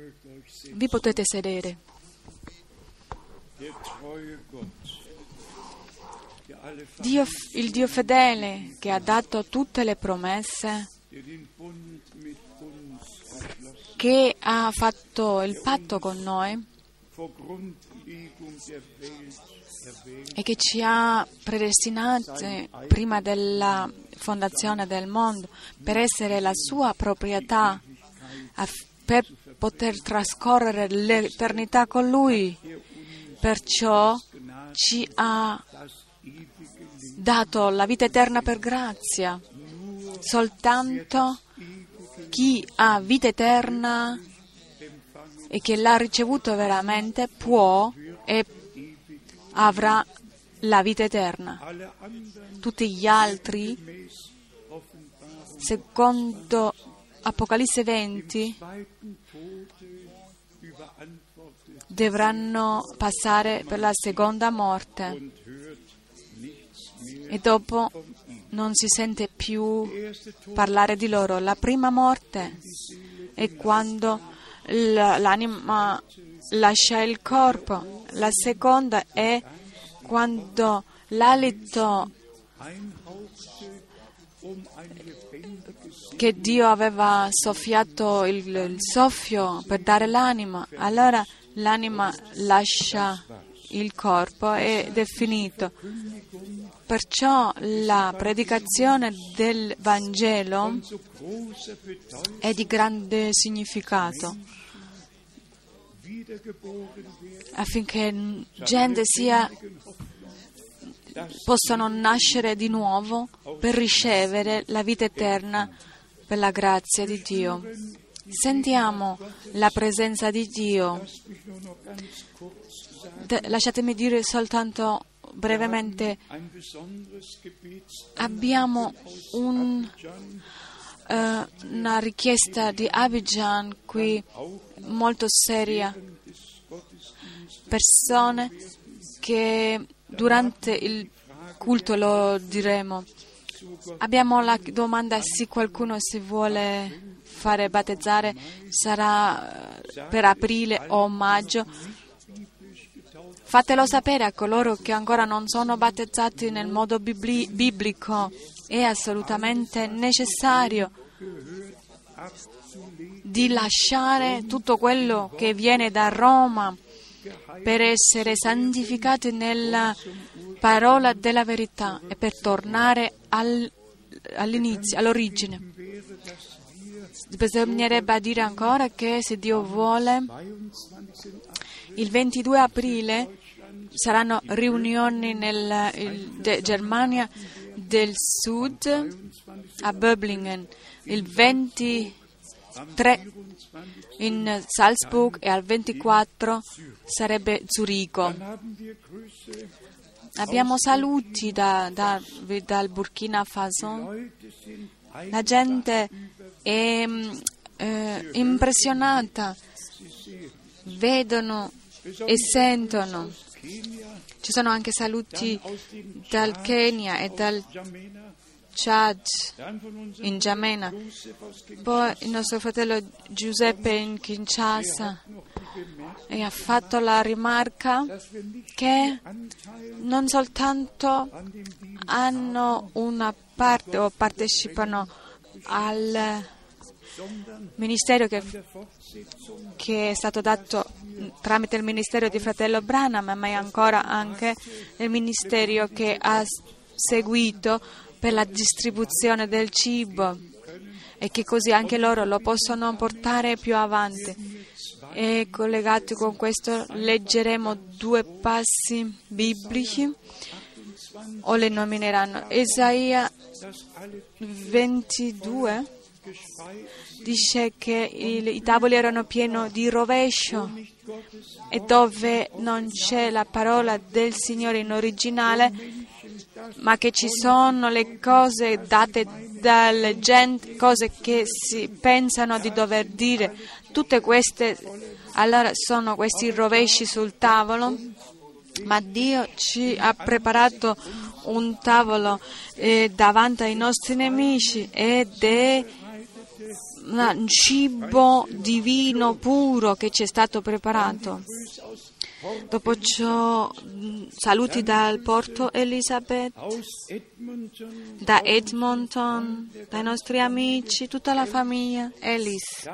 Vi potete sedere. Il Dio fedele che ha dato tutte le promesse, che ha fatto il patto con noi e che ci ha predestinati prima della fondazione del mondo per essere la sua proprietà, per poter trascorrere l'eternità con Lui. Perciò ci ha dato la vita eterna per grazia. Soltanto chi ha vita eterna e che l'ha ricevuto veramente può e avrà la vita eterna. Tutti gli altri, secondo Apocalisse 20, dovranno passare per la seconda morte e dopo non si sente più parlare di loro. La prima morte è quando l'anima lascia il corpo, la seconda è quando l'alito che Dio aveva soffiato il soffio per dare l'anima, allora l'anima lascia il corpo ed è finito. Perciò la predicazione del Vangelo è di grande significato, affinché gente possano nascere di nuovo per ricevere la vita eterna per la grazia di Dio. Sentiamo la presenza di Dio. Lasciatemi dire soltanto brevemente, abbiamo una richiesta di Abidjan qui molto seria, persone che durante il culto lo diremo. Abbiamo la domanda se qualcuno si vuole fare battezzare, sarà per aprile o maggio. Fatelo sapere a coloro che ancora non sono battezzati nel modo biblico. È assolutamente necessario di lasciare tutto quello che viene da Roma per essere santificati nella parola della verità e per tornare all'inizio, all'origine. Bisognerebbe dire ancora che, se Dio vuole, il 22 aprile saranno riunioni nella Germania del Sud a Böblingen, il 23 in Salzburg e al 24 sarebbe Zurigo. Abbiamo saluti dal Burkina Faso. La gente è impressionata, vedono e sentono. Ci sono anche saluti dal Kenya e dal Chad in Giamena. Poi il nostro fratello Giuseppe in Kinshasa e ha fatto la rimarca che non soltanto hanno una parte o partecipano al ministero che è stato dato tramite il ministero di fratello Branham, ma è ancora anche il ministero che ha seguito per la distribuzione del cibo e che così anche loro lo possono portare più avanti. E collegati con questo leggeremo 2 passi biblici o le nomineranno. Isaia 22 dice che i tavoli erano pieni di rovescio e dove non c'è la parola del Signore in originale, ma che ci sono le cose date dalle gente, cose che si pensano di dover dire, tutte queste, allora sono questi rovesci sul tavolo. Ma Dio ci ha preparato un tavolo davanti ai nostri nemici ed è un cibo divino puro che ci è stato preparato. Dopo ciò, saluti dal Porto Elizabeth, da Edmonton, dai nostri amici, tutta la famiglia Ellis.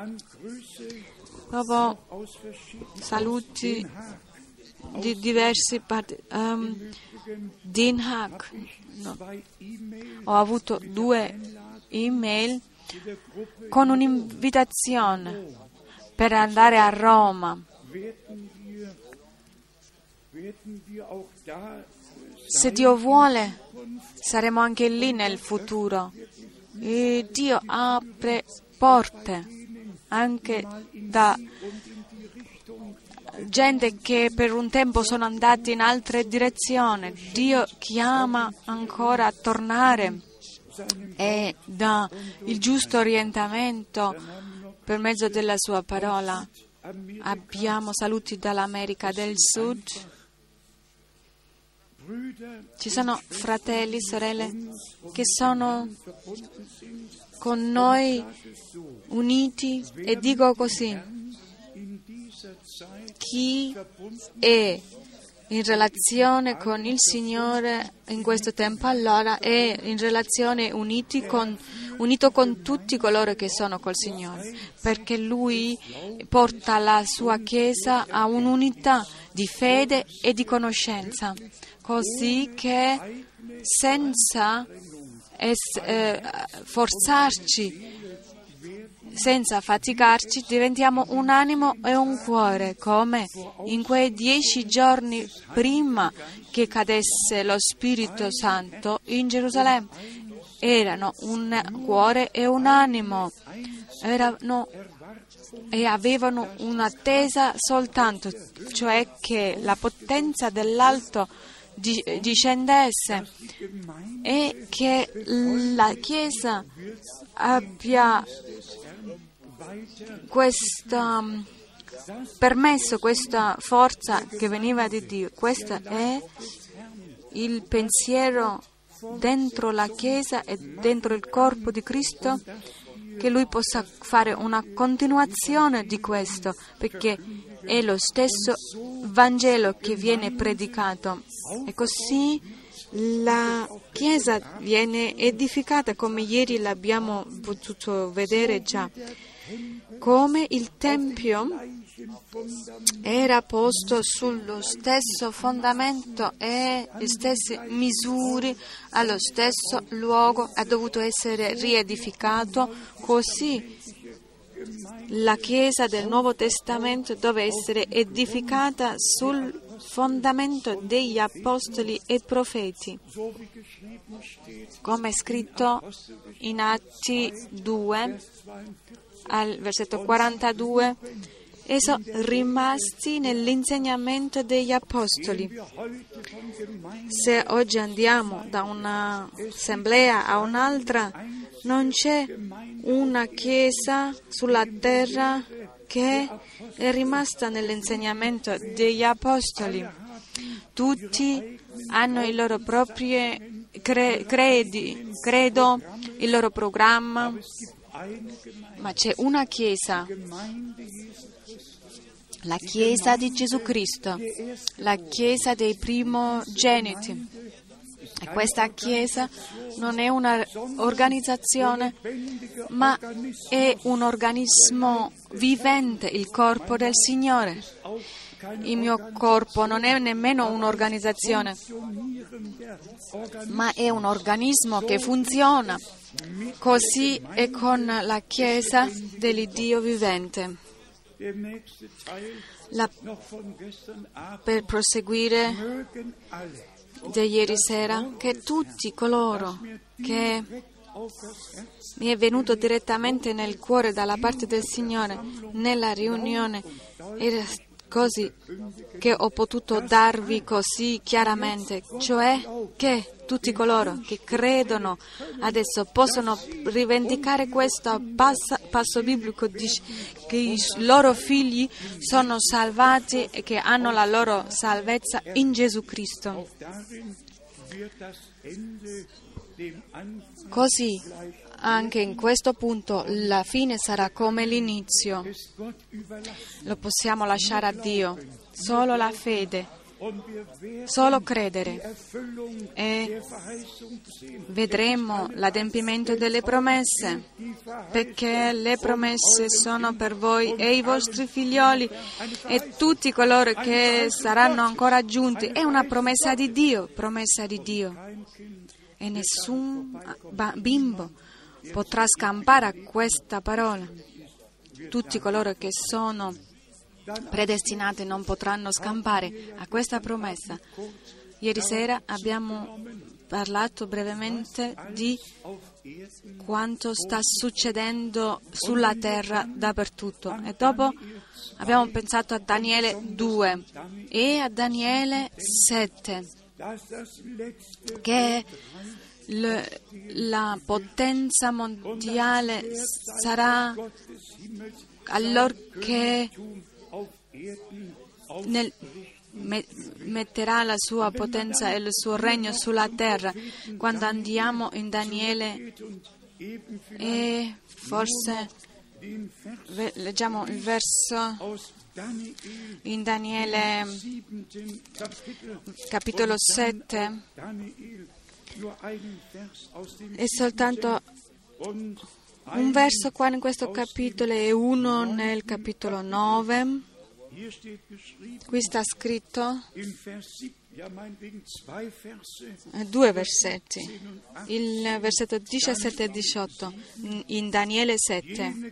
Dopo saluti di diversi Den Haag. No. Ho avuto 2 email con un'invitazione per andare a Roma. Se Dio vuole, saremo anche lì nel futuro. E Dio apre porte anche da gente che per un tempo sono andati in altre direzioni. Dio chiama ancora a tornare e dà il giusto orientamento per mezzo della sua parola. Abbiamo saluti dall'America del Sud. Ci sono fratelli, sorelle che sono con noi uniti, e dico così: chi è in relazione con il Signore in questo tempo, allora è in relazione unito con tutti coloro che sono col Signore, perché Lui porta la sua Chiesa a un'unità di fede e di conoscenza, così che senza forzarci, senza faticarci, diventiamo un animo e un cuore, come in quei 10 giorni prima che cadesse lo Spirito Santo in Gerusalemme. Erano un cuore e un animo, e avevano un'attesa soltanto, cioè che la potenza dell'alto discendesse e che la Chiesa abbia permesso questa forza che veniva di Dio. Questo è il pensiero dentro la Chiesa e dentro il corpo di Cristo, che Lui possa fare una continuazione di questo, perché è lo stesso Vangelo che viene predicato, e così la Chiesa viene edificata, come ieri l'abbiamo potuto vedere già, come il Tempio era posto sullo stesso fondamento e le stesse misure, allo stesso luogo, ha dovuto essere riedificato, così la Chiesa del Nuovo Testamento deve essere edificata sul fondamento degli Apostoli e Profeti, come è scritto in Atti 2, al versetto 42, e sono rimasti nell'insegnamento degli Apostoli. Se oggi andiamo da un'assemblea a un'altra, non c'è una Chiesa sulla terra che è rimasta nell'insegnamento degli Apostoli. Tutti hanno i loro propri credo, il loro programma, ma c'è una Chiesa, la Chiesa di Gesù Cristo, la Chiesa dei primogeniti. E questa Chiesa non è un'organizzazione, ma è un organismo vivente, il corpo del Signore. Il mio corpo non è nemmeno un'organizzazione, ma è un organismo che funziona. Così è con la Chiesa dell'Iddio vivente. Per proseguire da ieri sera, che tutti coloro che mi è venuto direttamente nel cuore dalla parte del Signore nella riunione, era così che ho potuto darvi così chiaramente, cioè che tutti coloro che credono adesso possono rivendicare questo passo biblico, che i loro figli sono salvati e che hanno la loro salvezza in Gesù Cristo. così anche in questo punto la fine sarà come l'inizio. Lo possiamo lasciare a Dio, solo la fede, solo credere e vedremo l'adempimento delle promesse, perché le promesse sono per voi e i vostri figlioli e tutti coloro che saranno ancora aggiunti. È una promessa di Dio, e nessun bimbo potrà scampare a questa parola. Tutti coloro che sono predestinati non potranno scampare a questa promessa. Ieri sera abbiamo parlato brevemente di quanto sta succedendo sulla terra dappertutto e dopo abbiamo pensato a Daniele 2 e a Daniele 7, che la potenza mondiale sarà allorché metterà la sua potenza e il suo regno sulla terra. Quando andiamo in Daniele e forse leggiamo il verso in Daniele capitolo 7, è soltanto un verso qua in questo capitolo e uno nel capitolo 9. Qui sta scritto 2 versetti, il versetto 17 e 18 in Daniele 7.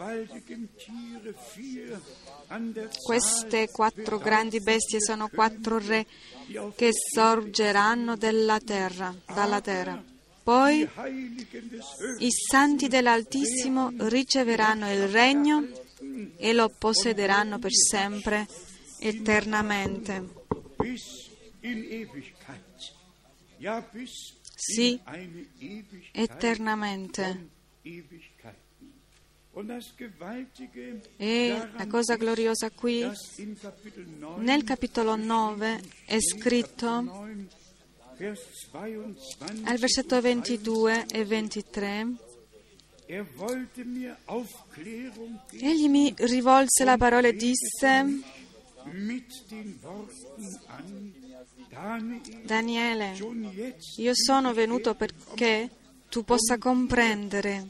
Queste 4 grandi bestie sono 4 re che sorgeranno dalla terra. Poi i santi dell'Altissimo riceveranno il regno e lo possederanno per sempre, eternamente. Sì, eternamente. E la cosa gloriosa qui, nel capitolo 9 è scritto al versetto 22 e 23, egli mi rivolse la parola e disse: Daniele, io sono venuto perché tu possa comprendere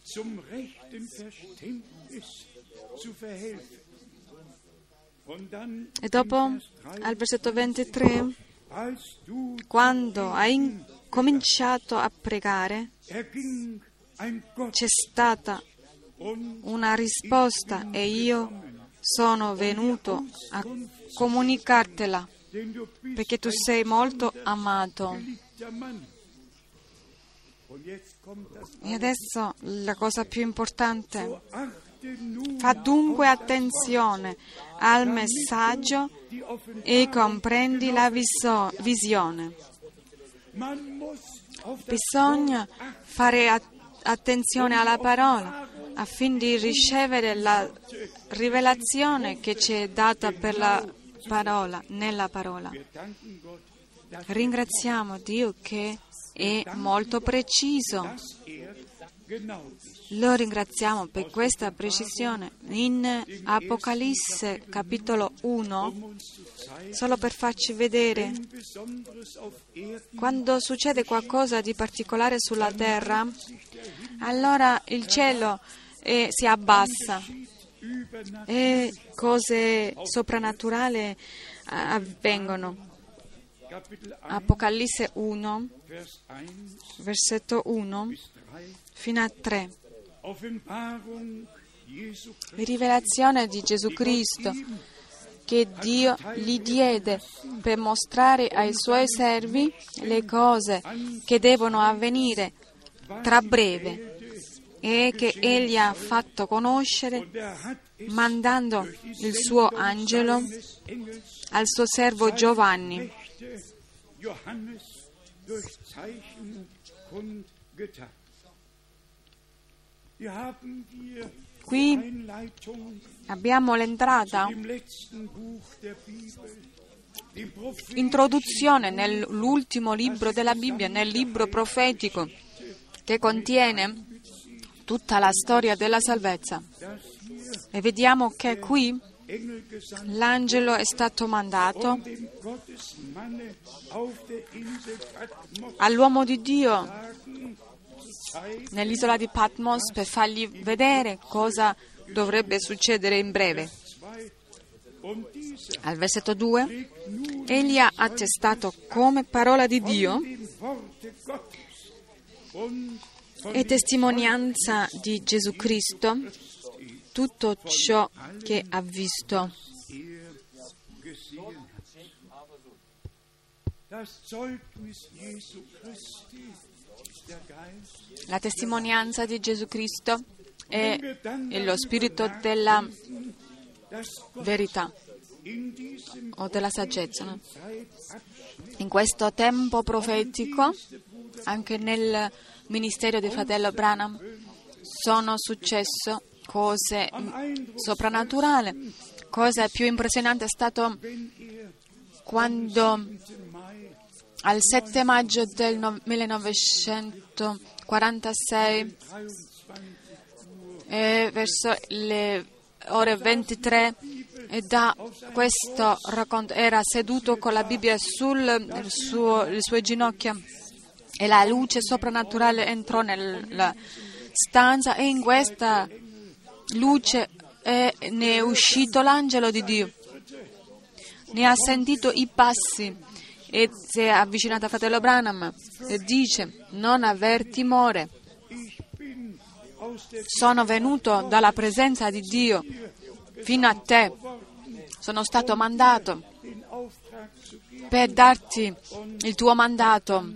e dopo al versetto 23, quando hai cominciato a pregare c'è stata una risposta e io sono venuto a comunicartela perché tu sei molto amato. E adesso la cosa più importante: fa dunque attenzione al messaggio e comprendi la visione. Bisogna fare attenzione alla parola affinché di ricevere la rivelazione che ci è data per la parola, nella parola. Ringraziamo Dio che è molto preciso. Lo ringraziamo per questa precisione. In Apocalisse capitolo 1, solo per farci vedere, quando succede qualcosa di particolare sulla terra, allora il cielo si abbassa e cose soprannaturali avvengono. Apocalisse 1, versetto 1 fino a 3. Rivelazione di Gesù Cristo che Dio gli diede per mostrare ai suoi servi le cose che devono avvenire tra breve e che Egli ha fatto conoscere mandando il suo angelo al suo servo Giovanni. Qui abbiamo l'entrata introduzione nell'ultimo libro della Bibbia, nel libro profetico, che contiene tutta la storia della salvezza. E vediamo che qui l'angelo è stato mandato all'uomo di Dio nell'isola di Patmos per fargli vedere cosa dovrebbe succedere in breve. Al versetto 2, egli ha attestato come parola di Dio e testimonianza di Gesù Cristo tutto ciò che ha visto. La testimonianza di Gesù Cristo è lo spirito della verità o della saggezza. No? In questo tempo profetico, anche nel ministero di fratello Branham, sono successe cose soprannaturali. Cosa più impressionante è stato quando al 7 maggio del 1946 verso le ore 23 e da questo racconto era seduto con la Bibbia le sue ginocchia e la luce soprannaturale entrò nella stanza e in questa luce ne è uscito l'angelo di Dio. Ne ha sentito i passi e si è avvicinato a fratello Branham e dice: non aver timore, sono venuto dalla presenza di Dio fino a te, sono stato mandato per darti il tuo mandato,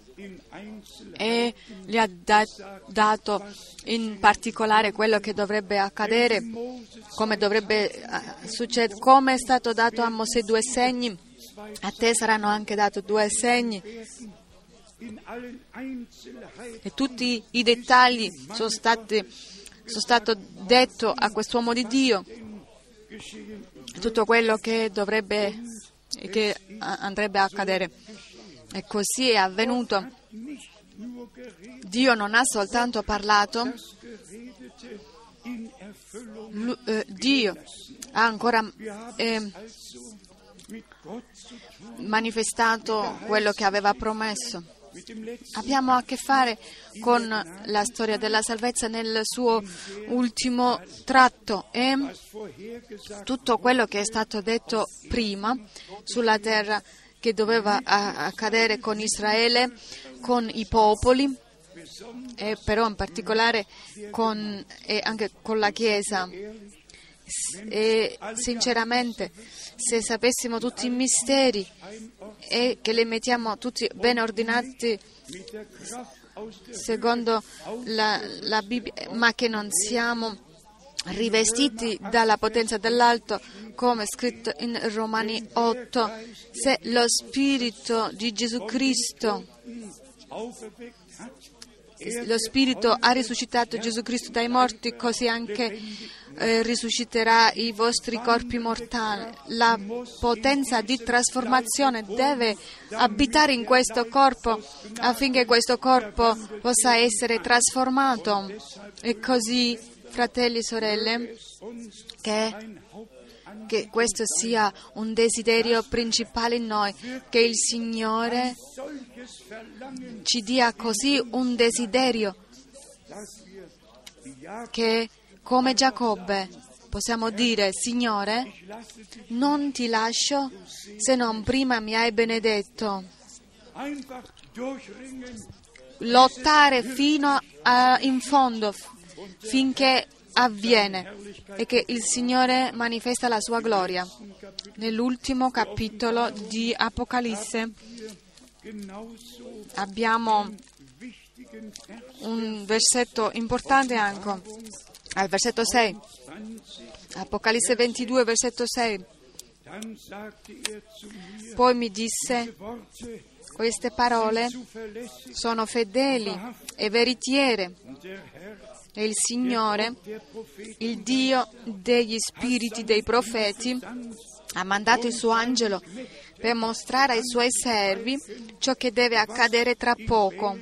e gli ha dato in particolare quello che dovrebbe accadere, come dovrebbe succedere, come è stato dato a Mosè 2 segni, a te saranno anche dati 2 segni. E tutti i dettagli sono stati detti a quest'uomo di Dio, tutto quello che andrebbe a accadere. E così è avvenuto. Dio non ha soltanto parlato, Dio ha ancora manifestato quello che aveva promesso. Abbiamo a che fare con la storia della salvezza nel suo ultimo tratto e tutto quello che è stato detto prima sulla terra che doveva accadere con Israele, con i popoli, e però in particolare anche con la Chiesa. E sinceramente, se sapessimo tutti i misteri e che li mettiamo tutti ben ordinati secondo la Bibbia, ma che non siamo rivestiti dalla potenza dell'alto, come scritto in Romani 8, se lo Spirito di Gesù Cristo, lo Spirito ha risuscitato Gesù Cristo dai morti, così anche risusciterà i vostri corpi mortali. La potenza di trasformazione deve abitare in questo corpo affinché questo corpo possa essere trasformato. E così, fratelli e sorelle, che questo sia un desiderio principale in noi, che il Signore ci dia così un desiderio che come Giacobbe possiamo dire: Signore, non ti lascio se non prima mi hai benedetto. Lottare fino in fondo finché avviene e che il Signore manifesta la sua gloria. Nell'ultimo capitolo di Apocalisse abbiamo un versetto importante anche, al versetto 6, Apocalisse 22, versetto 6. Poi mi disse: queste parole sono fedeli e veritiere, e il Signore, il Dio degli spiriti dei profeti, ha mandato il suo angelo per mostrare ai suoi servi ciò che deve accadere tra poco.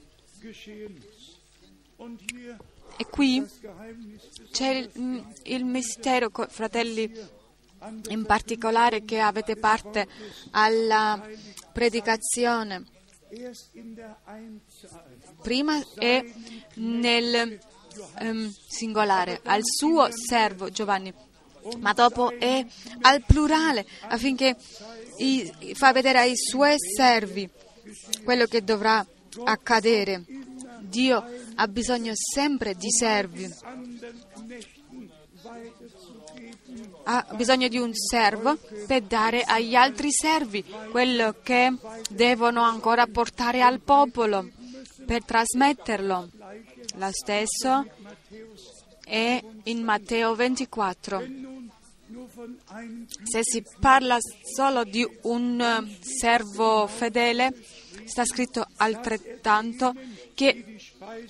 E qui c'è il mistero, fratelli, in particolare che avete parte alla predicazione. Prima è nel singolare, al suo servo Giovanni, ma dopo è al plurale, affinché fa vedere ai suoi servi quello che dovrà accadere. Dio ha bisogno sempre di servi. Ha bisogno di un servo per dare agli altri servi quello che devono ancora portare al popolo, per trasmetterlo. Lo stesso è in Matteo 24. Se si parla solo di un servo fedele, sta scritto altrettanto che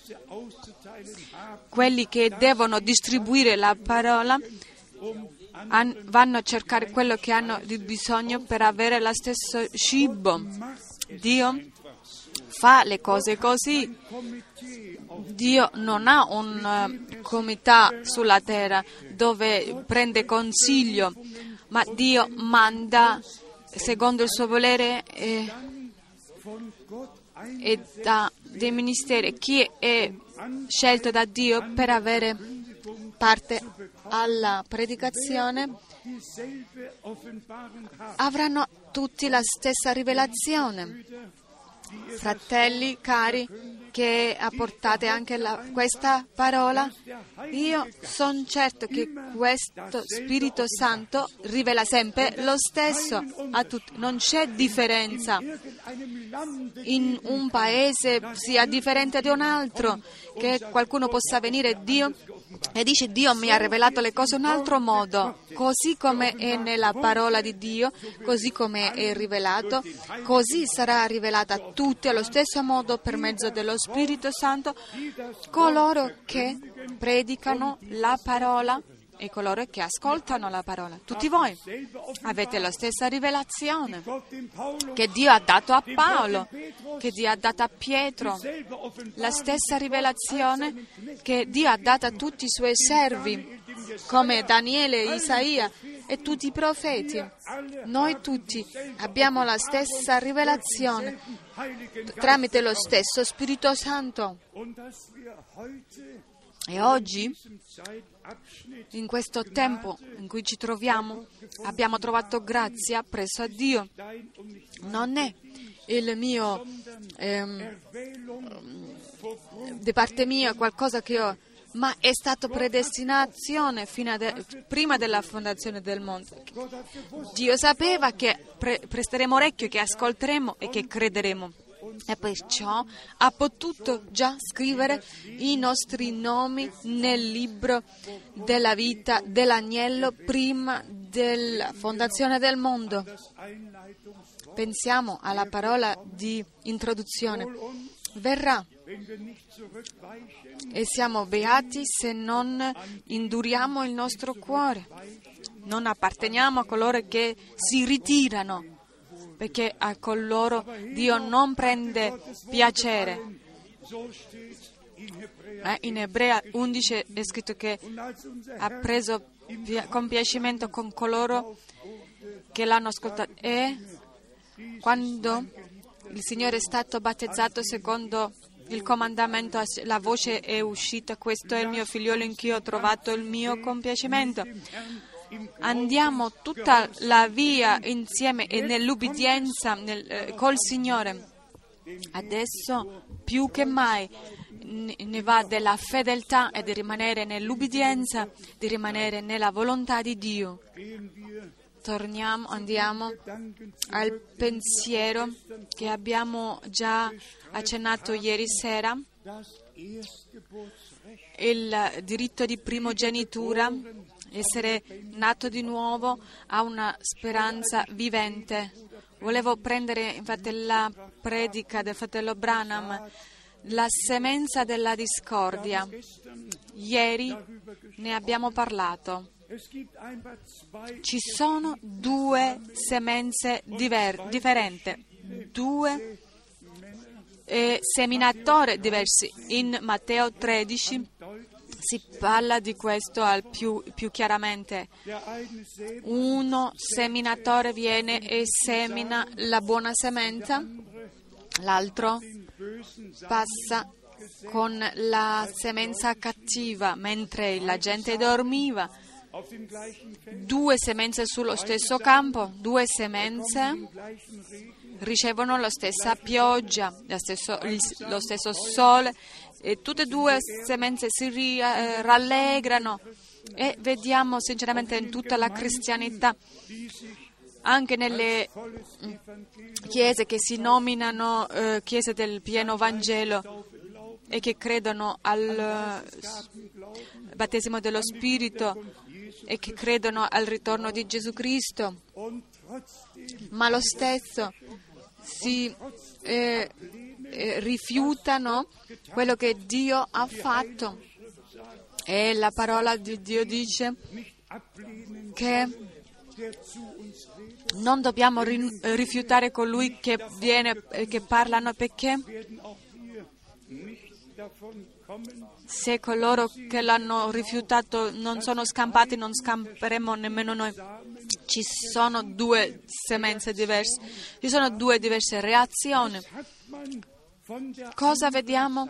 quelli che devono distribuire la parola vanno a cercare quello che hanno di bisogno per avere lo stesso cibo. Dio fa le cose così. Dio non ha un comitato sulla terra dove prende consiglio, ma Dio manda secondo il suo volere e dà dei ministeri. Chi è scelto da Dio per avere parte alla predicazione avranno tutti la stessa rivelazione. Fratelli cari, che apportate anche questa parola, io sono certo che questo Spirito Santo rivela sempre lo stesso a tutti. Non c'è differenza in un paese sia differente da un altro, che qualcuno possa venire Dio e dice: Dio mi ha rivelato le cose in un altro modo, così come è nella parola di Dio, così come è rivelato, così sarà rivelata a tutti allo stesso modo per mezzo dello Spirito Santo, coloro che predicano la parola e coloro che ascoltano la parola. Tutti voi avete la stessa rivelazione che Dio ha dato a Paolo, che Dio ha dato a Pietro, la stessa rivelazione che Dio ha dato a tutti i suoi servi, come Daniele, Isaia e tutti i profeti. Noi tutti abbiamo la stessa rivelazione tramite lo stesso Spirito Santo. E oggi, in questo tempo in cui ci troviamo, abbiamo trovato grazia presso a Dio. Non è il mio, di parte mia, qualcosa che ho, ma è stato predestinazione prima della fondazione del mondo. Dio sapeva che presteremo orecchio, che ascolteremo e che crederemo. E perciò ha potuto già scrivere i nostri nomi nel libro della vita dell'agnello prima della fondazione del mondo. Pensiamo alla parola di introduzione. Verrà e siamo beati se non induriamo il nostro cuore. Non apparteniamo a coloro che si ritirano, perché a coloro Dio non prende piacere. In Ebrea 11 è scritto che ha preso compiacimento con coloro che l'hanno ascoltato. E quando il Signore è stato battezzato secondo il comandamento, la voce è uscita: questo è il mio figliolo in cui ho trovato il mio compiacimento. Andiamo tutta la via insieme e nell'ubbidienza col Signore. Adesso più che mai ne va della fedeltà e di rimanere nell'ubbidienza, di rimanere nella volontà di Dio. Andiamo al pensiero che abbiamo già accennato ieri sera, il diritto di primogenitura. Essere nato di nuovo ha una speranza vivente. Volevo prendere infatti la predica del fratello Branham, la semenza della discordia. Ieri ne abbiamo parlato. Ci sono due semenze differenti, due seminatori diversi. In Matteo 13 si parla di questo più chiaramente. Uno seminatore viene e semina la buona semenza, l'altro passa con la semenza cattiva mentre la gente dormiva. Due semenze sullo stesso campo, due semenze ricevono la stessa pioggia, lo stesso sole, e tutte e due semenze si rallegrano, e vediamo sinceramente in tutta la cristianità, anche nelle chiese che si nominano chiese del pieno Vangelo e che credono al battesimo dello Spirito e che credono al ritorno di Gesù Cristo, ma lo stesso si rifiutano quello che Dio ha fatto. E la parola di Dio dice che non dobbiamo rifiutare colui che viene e che parlano, perché se coloro che l'hanno rifiutato non sono scampati, non scamperemo nemmeno noi. Ci sono due semenze diverse, ci sono due diverse reazioni. Cosa vediamo?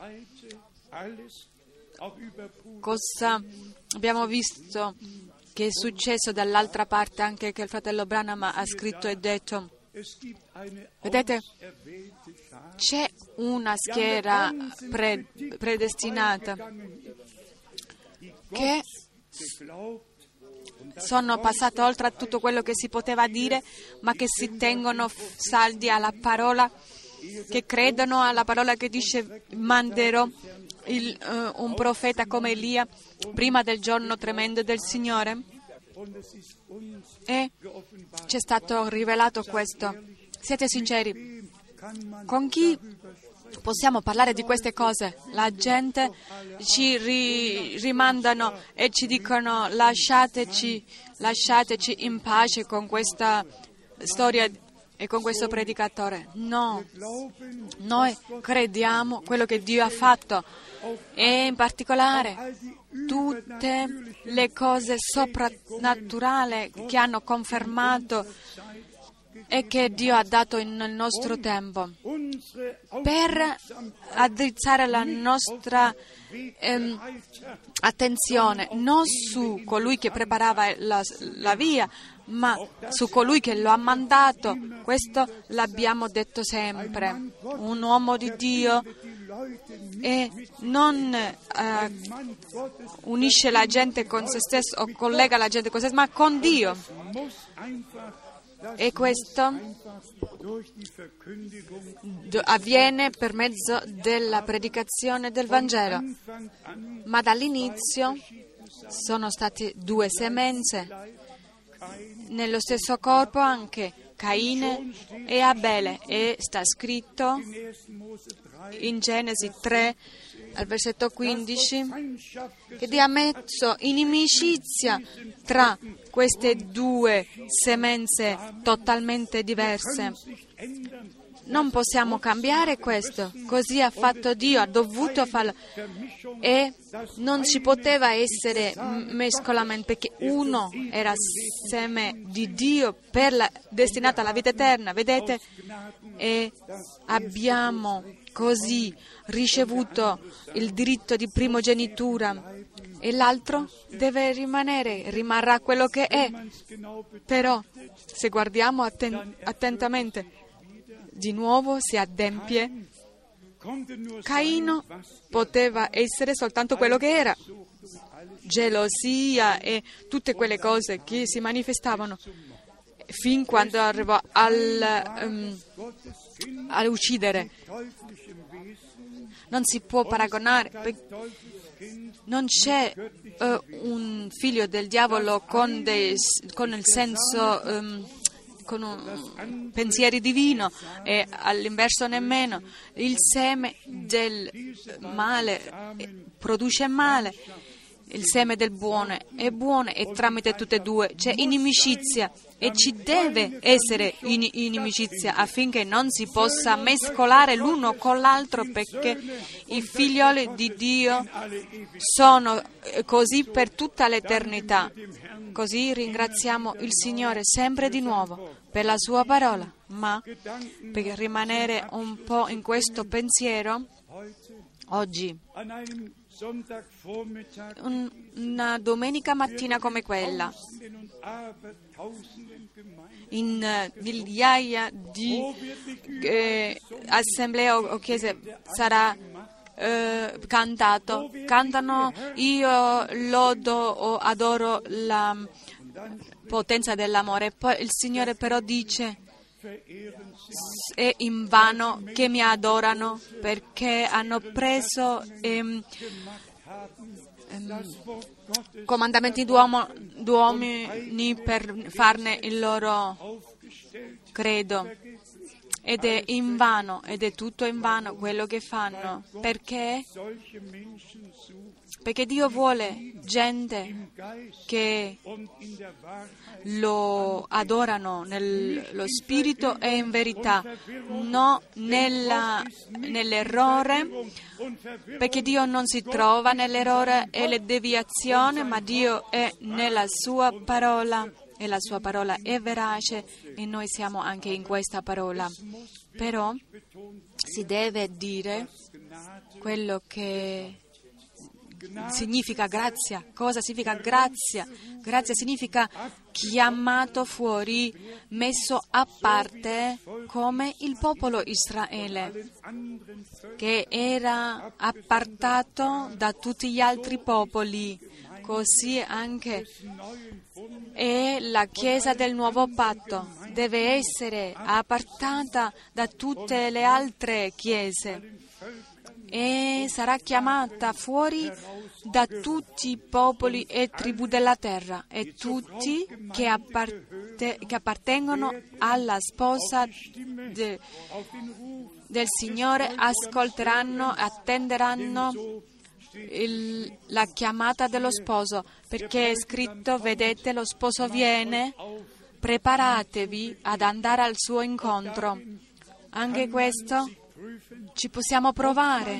Cosa abbiamo visto che è successo dall'altra parte, anche che il fratello Branham ha scritto e detto? Vedete, c'è una schiera predestinata che sono passate oltre a tutto quello che si poteva dire, ma che si tengono saldi alla parola, che credono alla parola che dice: manderò un profeta come Elia prima del giorno tremendo del Signore. E ci è stato rivelato questo. Siete sinceri? Con chi possiamo parlare di queste cose? La gente ci rimandano e ci dicono: lasciateci in pace con questa storia e con questo predicatore. No, noi crediamo quello che Dio ha fatto, e in particolare tutte le cose soprannaturali che hanno confermato e che Dio ha dato nel nostro tempo, per addrizzare la nostra attenzione non su colui che preparava la via, ma su colui che lo ha mandato. Questo l'abbiamo detto sempre. Un uomo di Dio e non unisce la gente con se stesso o collega la gente con se stesso, ma con Dio. E questo avviene per mezzo della predicazione del Vangelo. Ma dall'inizio sono state due semenze, nello stesso corpo anche Caine e Abele, e sta scritto in Genesi 3 al versetto 15 che Dio ha messo inimicizia tra queste due semenze totalmente diverse. Non possiamo cambiare questo, così ha fatto Dio, ha dovuto farlo, e non ci poteva essere mescolamento, perché uno era seme di Dio destinato alla vita eterna, vedete? E abbiamo così ricevuto il diritto di primogenitura, e l'altro deve rimarrà quello che è. Però se guardiamo attentamente, di nuovo si adempie. Caino poteva essere soltanto quello che era, gelosia e tutte quelle cose che si manifestavano, fin quando arrivò a uccidere. Non si può paragonare, non c'è un figlio del diavolo con il senso, con pensieri divino, e all'inverso nemmeno. Il seme del male produce male, il seme del buono è buono e tramite tutte e due c'è inimicizia e ci deve essere inimicizia affinché non si possa mescolare l'uno con l'altro, perché i figlioli di Dio sono così per tutta l'eternità. Così ringraziamo il Signore sempre di nuovo per la sua parola, ma per rimanere un po' in questo pensiero, oggi, una domenica mattina come quella, in migliaia di assemblee o chiese sarà cantano io lodo o adoro la potenza dell'amore. Poi il Signore però dice: è invano che mi adorano, perché hanno preso comandamenti d'uomini per farne il loro credo. Ed è invano, ed è tutto invano quello che fanno. Perché? Perché Dio vuole gente che lo adorano nello spirito e in verità, non nell'errore, perché Dio non si trova nell'errore e le deviazioni, ma Dio è nella sua parola. E la sua parola è verace e noi siamo anche in questa parola. Però si deve dire quello che significa grazia. Cosa significa grazia? Grazia significa chiamato fuori, messo a parte, come il popolo Israele, che era appartato da tutti gli altri popoli. Così anche è la Chiesa del Nuovo Patto, deve essere appartata da tutte le altre chiese e sarà chiamata fuori da tutti i popoli e tribù della terra, e tutti che appartengono alla sposa del Signore ascolteranno, attenderanno la chiamata dello sposo, perché è scritto: vedete, lo sposo viene, preparatevi ad andare al suo incontro. Anche questo ci possiamo provare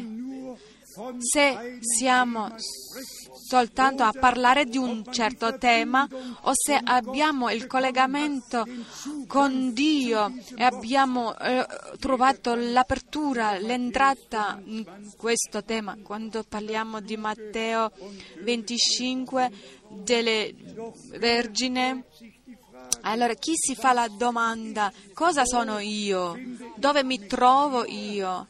se siamo soltanto a parlare di un certo tema o se abbiamo il collegamento con Dio e abbiamo trovato l'apertura, l'entrata in questo tema. Quando parliamo di Matteo 25 delle vergini, allora chi si fa la domanda: cosa sono io? Dove mi trovo io?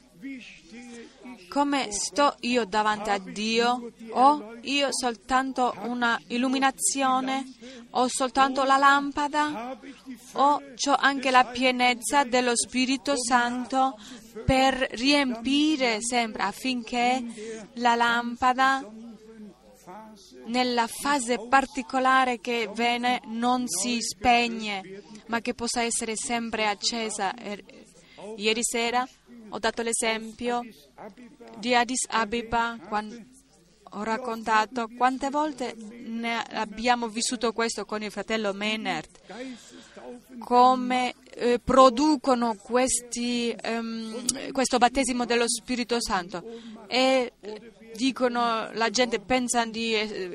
Come sto io davanti a Dio? Ho io soltanto una illuminazione? Ho soltanto la lampada? O ho anche la pienezza dello Spirito Santo per riempire sempre, affinché la lampada nella fase particolare che viene non si spegne, ma che possa essere sempre accesa. Ieri sera ho dato l'esempio di Addis Abeba, quando ho raccontato quante volte ne abbiamo vissuto questo con il fratello Meinert, come producono questo battesimo dello Spirito Santo, e dicono, la gente pensa di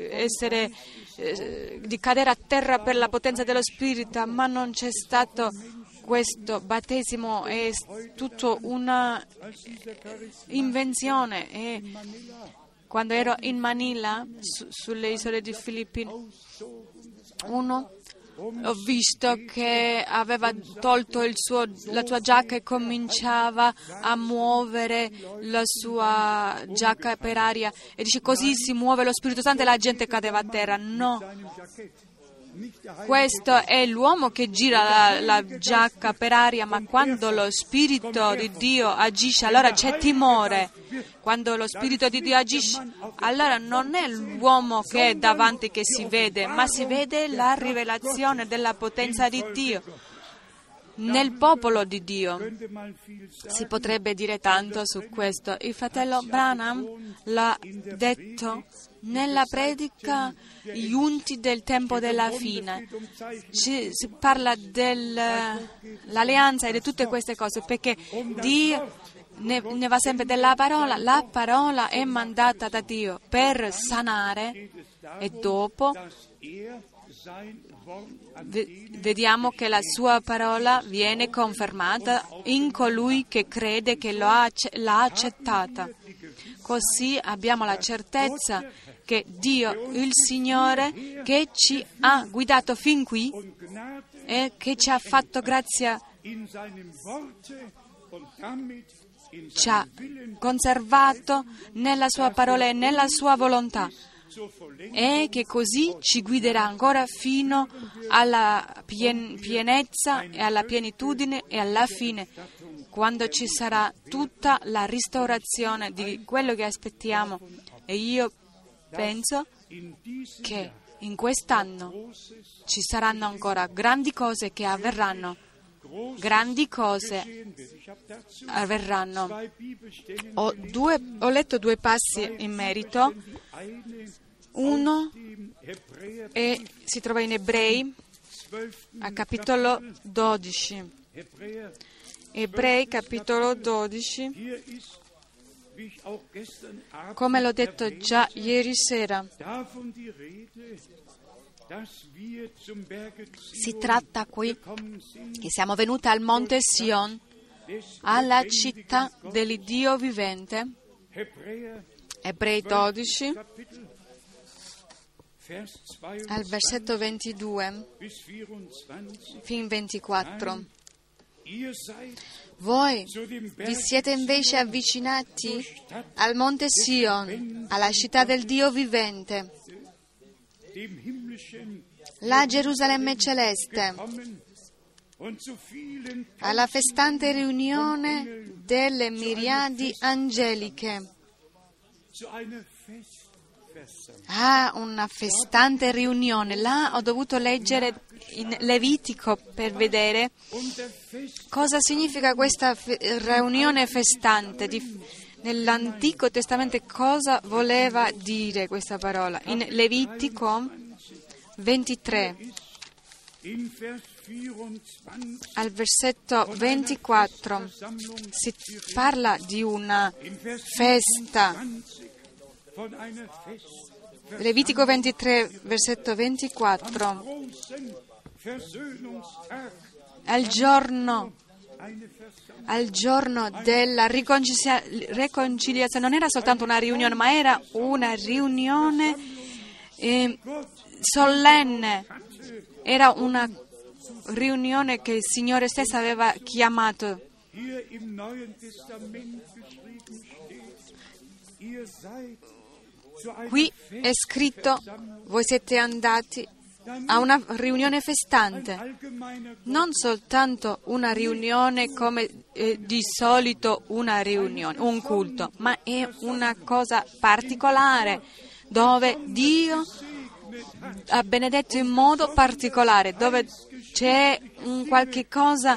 cadere a terra per la potenza dello Spirito, ma non c'è stato questo battesimo, è tutto una invenzione. E quando ero in Manila, sulle isole di Filippine, ho visto che aveva tolto la sua giacca e cominciava a muovere la sua giacca per aria, e dice: così si muove lo Spirito Santo, e la gente cadeva a terra. No, questo è l'uomo che gira la giacca per aria, ma quando lo Spirito di Dio agisce, allora c'è timore. Quando lo Spirito di Dio agisce, allora non è l'uomo che è davanti che si vede, ma si vede la rivelazione della potenza di Dio nel popolo di Dio. Si potrebbe dire tanto su questo. Il fratello Branham l'ha detto nella predica gli unti del tempo della fine. Si parla dell'alleanza e di tutte queste cose, perché Dio ne va sempre della parola. La parola è mandata da Dio per sanare, e dopo vediamo che la sua parola viene confermata in colui che crede che l'ha accettata. Così abbiamo la certezza che Dio, il Signore, che ci ha guidato fin qui e che ci ha fatto grazia, ci ha conservato nella sua parola e nella sua volontà, e che così ci guiderà ancora fino alla pienezza e alla pienitudine e alla fine, quando ci sarà tutta la restaurazione di quello che aspettiamo. E io penso che in quest'anno ci saranno ancora grandi cose che avverranno. Grandi cose avverranno. Ho letto 2 passi in merito. Uno si trova in Ebrei, a capitolo 12. Ebrei, capitolo 12. Come l'ho detto già ieri sera, si tratta qui che siamo venuti al Monte Sion, alla città dell'Iddio vivente. Ebrei 12, al versetto 22 fin 24. Voi vi siete invece avvicinati al Monte Sion, alla città del Dio vivente, la Gerusalemme celeste, alla festante riunione delle miriadi angeliche. Una festante riunione. Là ho dovuto leggere in Levitico per vedere cosa significa questa riunione festante. Nell'Antico Testamento cosa voleva dire questa parola? In Levitico 23, al versetto 24, si parla di una festa. Levitico 23, versetto 24. Al giorno della riconciliazione non era soltanto una riunione, ma era una riunione solenne. Era una riunione che il Signore stesso aveva chiamato. Qui è scritto: voi siete andati a una riunione festante, non soltanto una riunione come di solito una riunione, un culto, ma è una cosa particolare dove Dio ha benedetto in modo particolare, dove c'è un qualche cosa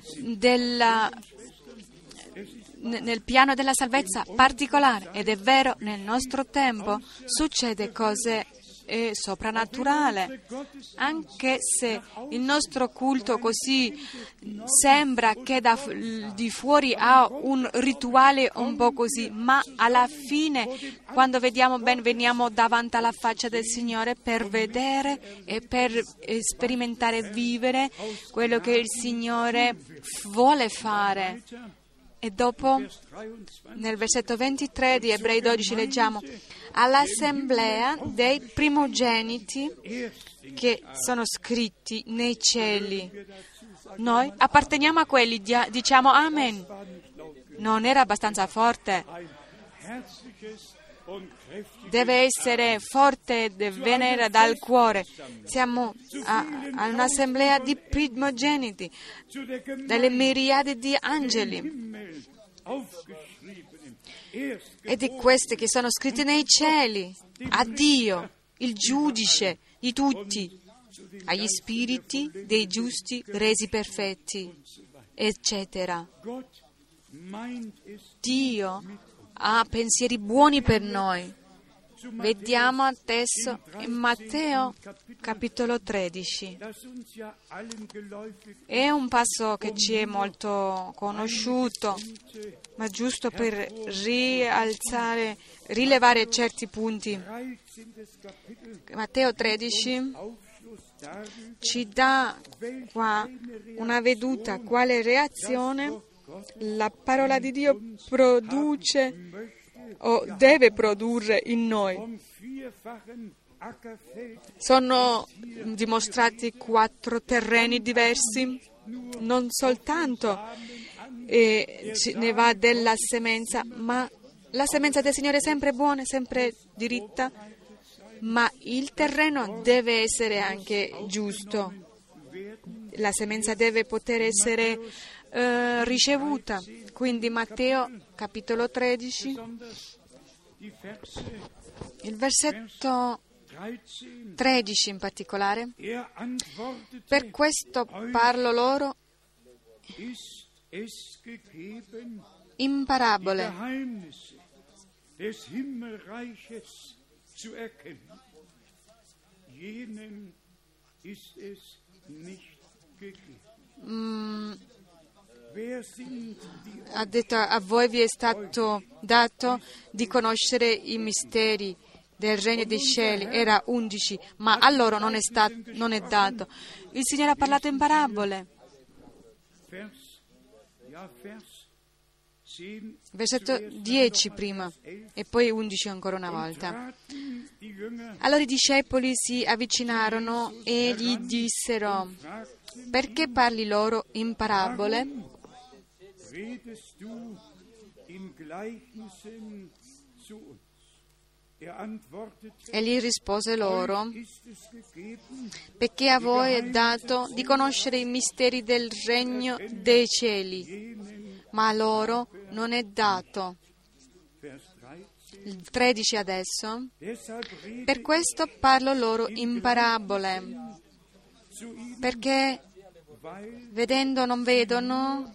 nel piano della salvezza particolare. Ed è vero, nel nostro tempo succede cose soprannaturale, anche se il nostro culto così sembra che di fuori ha un rituale un po' così, ma alla fine, quando vediamo bene, veniamo davanti alla faccia del Signore per vedere e per sperimentare e vivere quello che il Signore vuole fare. E dopo, nel versetto 23 di Ebrei 12 leggiamo: all'assemblea dei primogeniti che sono scritti nei cieli. Noi apparteniamo a quelli, diciamo Amen. Non era abbastanza forte. Deve essere forte, deve venire dal cuore. Siamo a un'assemblea di primogeniti, delle miriadi di angeli. E di questi che sono scritti nei cieli, a Dio, il giudice di tutti, agli spiriti dei giusti resi perfetti, eccetera. Dio ha pensieri buoni per noi. Vediamo adesso in Matteo capitolo 13. È un passo che ci è molto conosciuto, ma giusto per rilevare certi punti. Matteo 13 ci dà qua una veduta quale reazione la parola di Dio produce o deve produrre in noi. Sono dimostrati 4 terreni diversi, non soltanto ne va della semenza, ma la semenza del Signore è sempre buona, sempre diritta, ma il terreno deve essere anche giusto. La semenza deve poter essere ricevuta. Quindi Matteo capitolo 13, il versetto 13 in particolare. Per questo parlo loro in parabole, ha detto: a voi vi è stato dato di conoscere i misteri del regno dei cieli. Era 11, ma a loro non è dato. Il Signore ha parlato in parabole. Versetto 10 prima e poi 11 ancora una volta. Allora i discepoli si avvicinarono e gli dissero: perché parli loro in parabole? Egli rispose loro: perché a voi è dato di conoscere i misteri del regno dei cieli, ma a loro non è dato. Il 13 adesso. Per questo parlo loro in parabole, perché vedendo non vedono,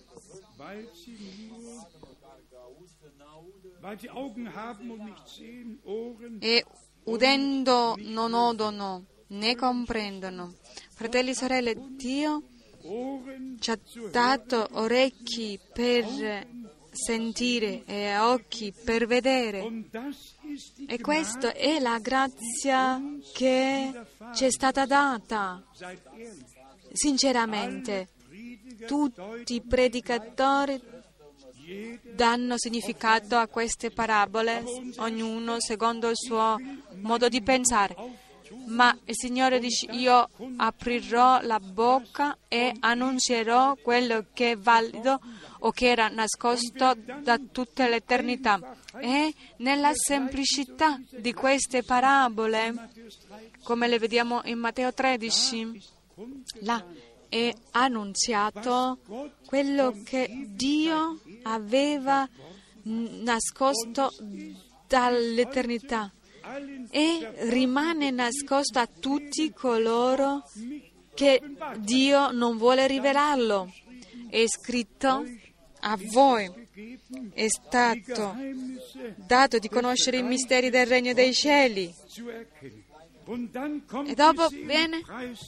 e udendo non odono né comprendono. Fratelli e sorelle, Dio ci ha dato orecchi per sentire e occhi per vedere, e questa è la grazia che ci è stata data. Sinceramente, tutti i predicatori danno significato a queste parabole, ognuno secondo il suo modo di pensare. Ma il Signore dice: io aprirò la bocca e annunzierò quello che è valido o che era nascosto da tutta l'eternità. E nella semplicità di queste parabole, come le vediamo in Matteo 13, là è annunziato quello che Dio aveva nascosto dall'eternità e rimane nascosto a tutti coloro che Dio non vuole rivelarlo. È scritto: a voi è stato dato di conoscere i misteri del regno dei cieli. E dopo viene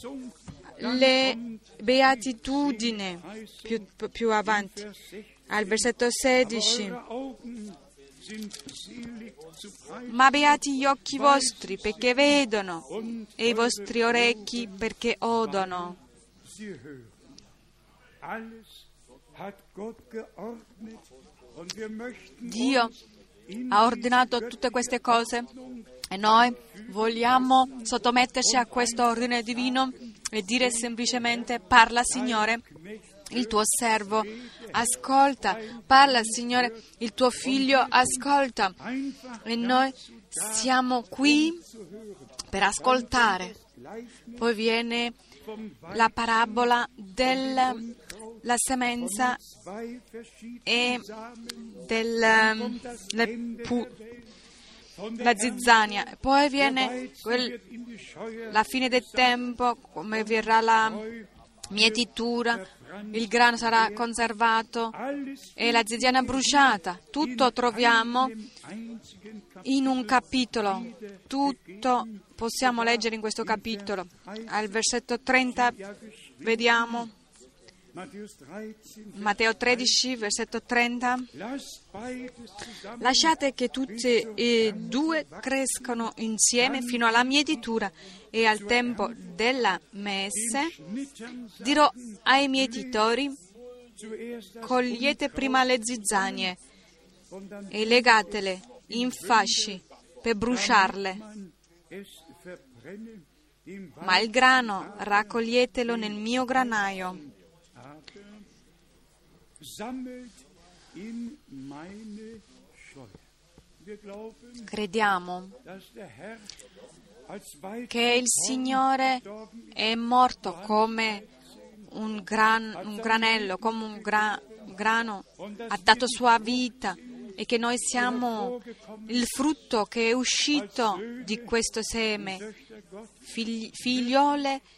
le beatitudini più avanti, al versetto 16. Ma beati gli occhi vostri perché vedono e i vostri orecchi perché odono. Dio ha ordinato tutte queste cose e noi vogliamo sottometterci a questo ordine divino e dire semplicemente: parla, Signore, il tuo servo ascolta, parla, Signore, il tuo figlio ascolta. E noi siamo qui per ascoltare. Poi viene la parabola della semenza e la zizzania. Poi viene la fine del tempo, come verrà mietitura, il grano sarà conservato e la zizzania bruciata. Tutto troviamo in un capitolo, tutto possiamo leggere in questo capitolo. Al versetto 30 vediamo Matteo 13, versetto 30. Lasciate che tutti e due crescano insieme fino alla mietitura, e al tempo della messe dirò ai mietitori: cogliete prima le zizzanie e legatele in fasci per bruciarle, ma il grano raccoglietelo nel mio granaio. Crediamo che il Signore è morto come un granello, come un grano, ha dato sua vita, e che noi siamo il frutto che è uscito di questo seme, figlioli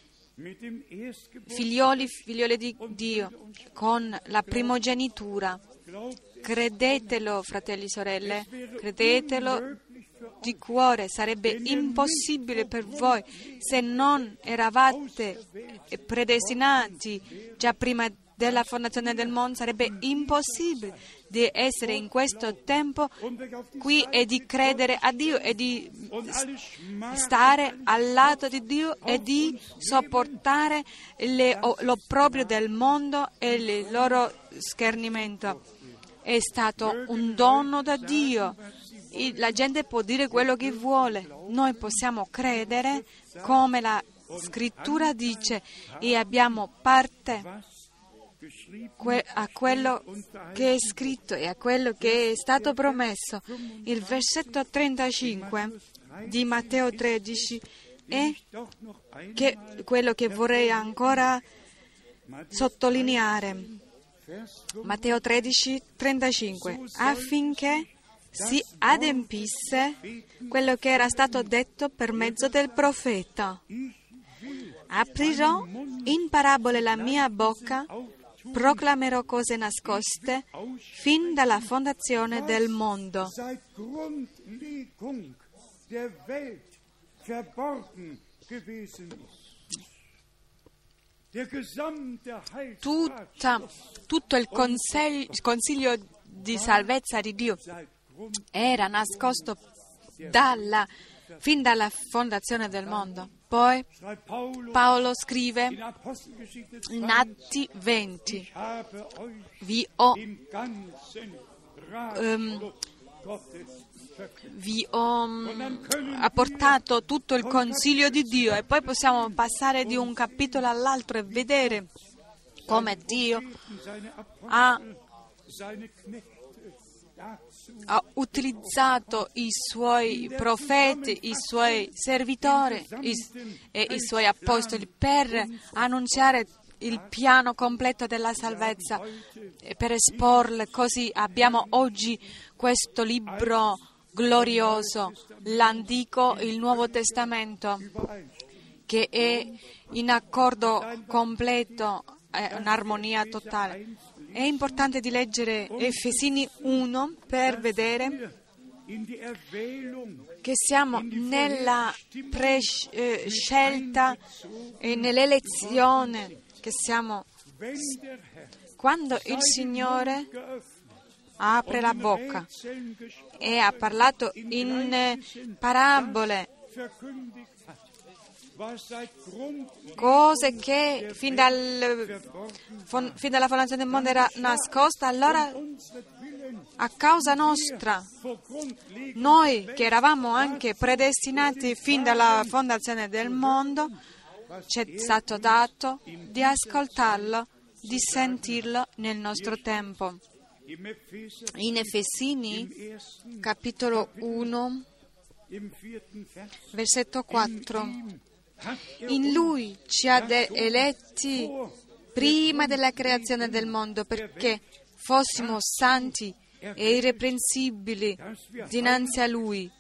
di Dio, con la primogenitura. Credetelo, fratelli e sorelle, credetelo di cuore. Sarebbe impossibile per voi, se non eravate predestinati già prima della fondazione del mondo, sarebbe impossibile di essere in questo tempo qui e di credere a Dio e di stare al lato di Dio e di sopportare l'opprobrio del mondo e il loro schernimento. È stato un dono da Dio. La gente può dire quello che vuole, noi possiamo credere come la Scrittura dice, e abbiamo parte a quello che è scritto e a quello che è stato promesso. Il versetto 35 di Matteo 13 è quello che vorrei ancora sottolineare. Matteo 13, 35, affinché si adempisse quello che era stato detto per mezzo del profeta. Aprirò in parabole la mia bocca, proclamerò cose nascoste fin dalla fondazione del mondo. Tutto il consiglio di salvezza di Dio era nascosto fin dalla fondazione del mondo. Poi Paolo scrive in Atti 20: vi ho apportato tutto il consiglio di Dio. E poi possiamo passare di un capitolo all'altro e vedere come Dio ha utilizzato i suoi profeti, i suoi servitori e i suoi apostoli per annunziare il piano completo della salvezza e per esporle. Così abbiamo oggi questo libro glorioso, l'Antico e il Nuovo Testamento, che è in accordo completo, in armonia totale. È importante di leggere Efesini 1 per vedere che siamo nella prescelta e nell'elezione, che siamo quando il Signore apre la bocca e ha parlato in parabole, cose che fin dalla fondazione del mondo era nascosta. Allora, a causa nostra, noi che eravamo anche predestinati fin dalla fondazione del mondo, ci è stato dato di ascoltarlo, di sentirlo nel nostro tempo. In Efesini, capitolo 1, versetto 4. In Lui ci ha eletti prima della creazione del mondo, perché fossimo santi e irreprensibili dinanzi a Lui.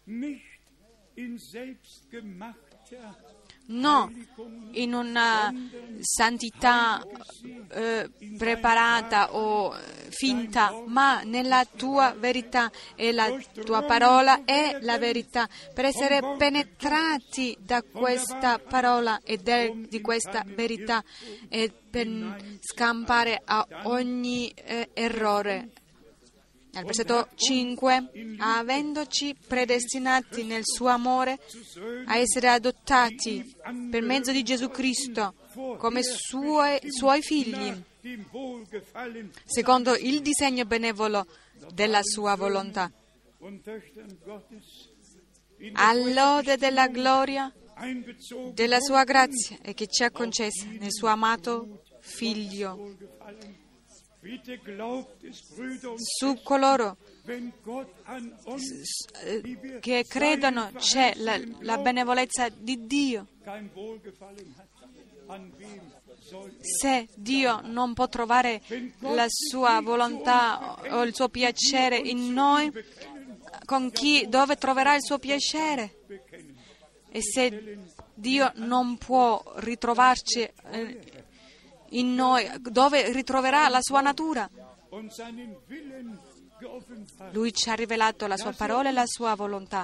no in una santità preparata o finta, ma nella tua verità, e la tua parola è la verità, per essere penetrati da questa parola e di questa verità, e per scampare a ogni errore. Nel versetto 5, avendoci predestinati nel suo amore a essere adottati per mezzo di Gesù Cristo come suoi figli, secondo il disegno benevolo della sua volontà, all'ode della gloria della sua grazia e che ci ha concesso nel suo amato Figlio. Su coloro che credono c'è la benevolenza di Dio. Se Dio non può trovare la sua volontà o il suo piacere in noi, dove troverà il suo piacere? E se Dio non può ritrovarci in noi, dove ritroverà la sua natura? Lui ci ha rivelato la sua parola e la sua volontà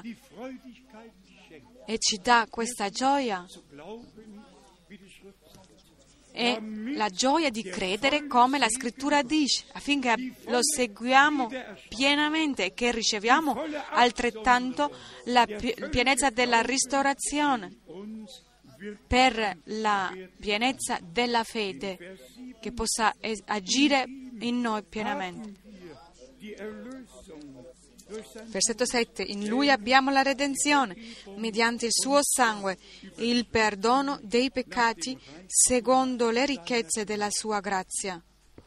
e ci dà questa gioia, e la gioia di credere come la Scrittura dice, affinché lo seguiamo pienamente e che riceviamo altrettanto la pienezza della ristorazione, per la pienezza della fede che possa agire in noi pienamente. Versetto 7. In Lui abbiamo la redenzione, mediante il suo sangue, il perdono dei peccati, secondo le ricchezze della sua grazia.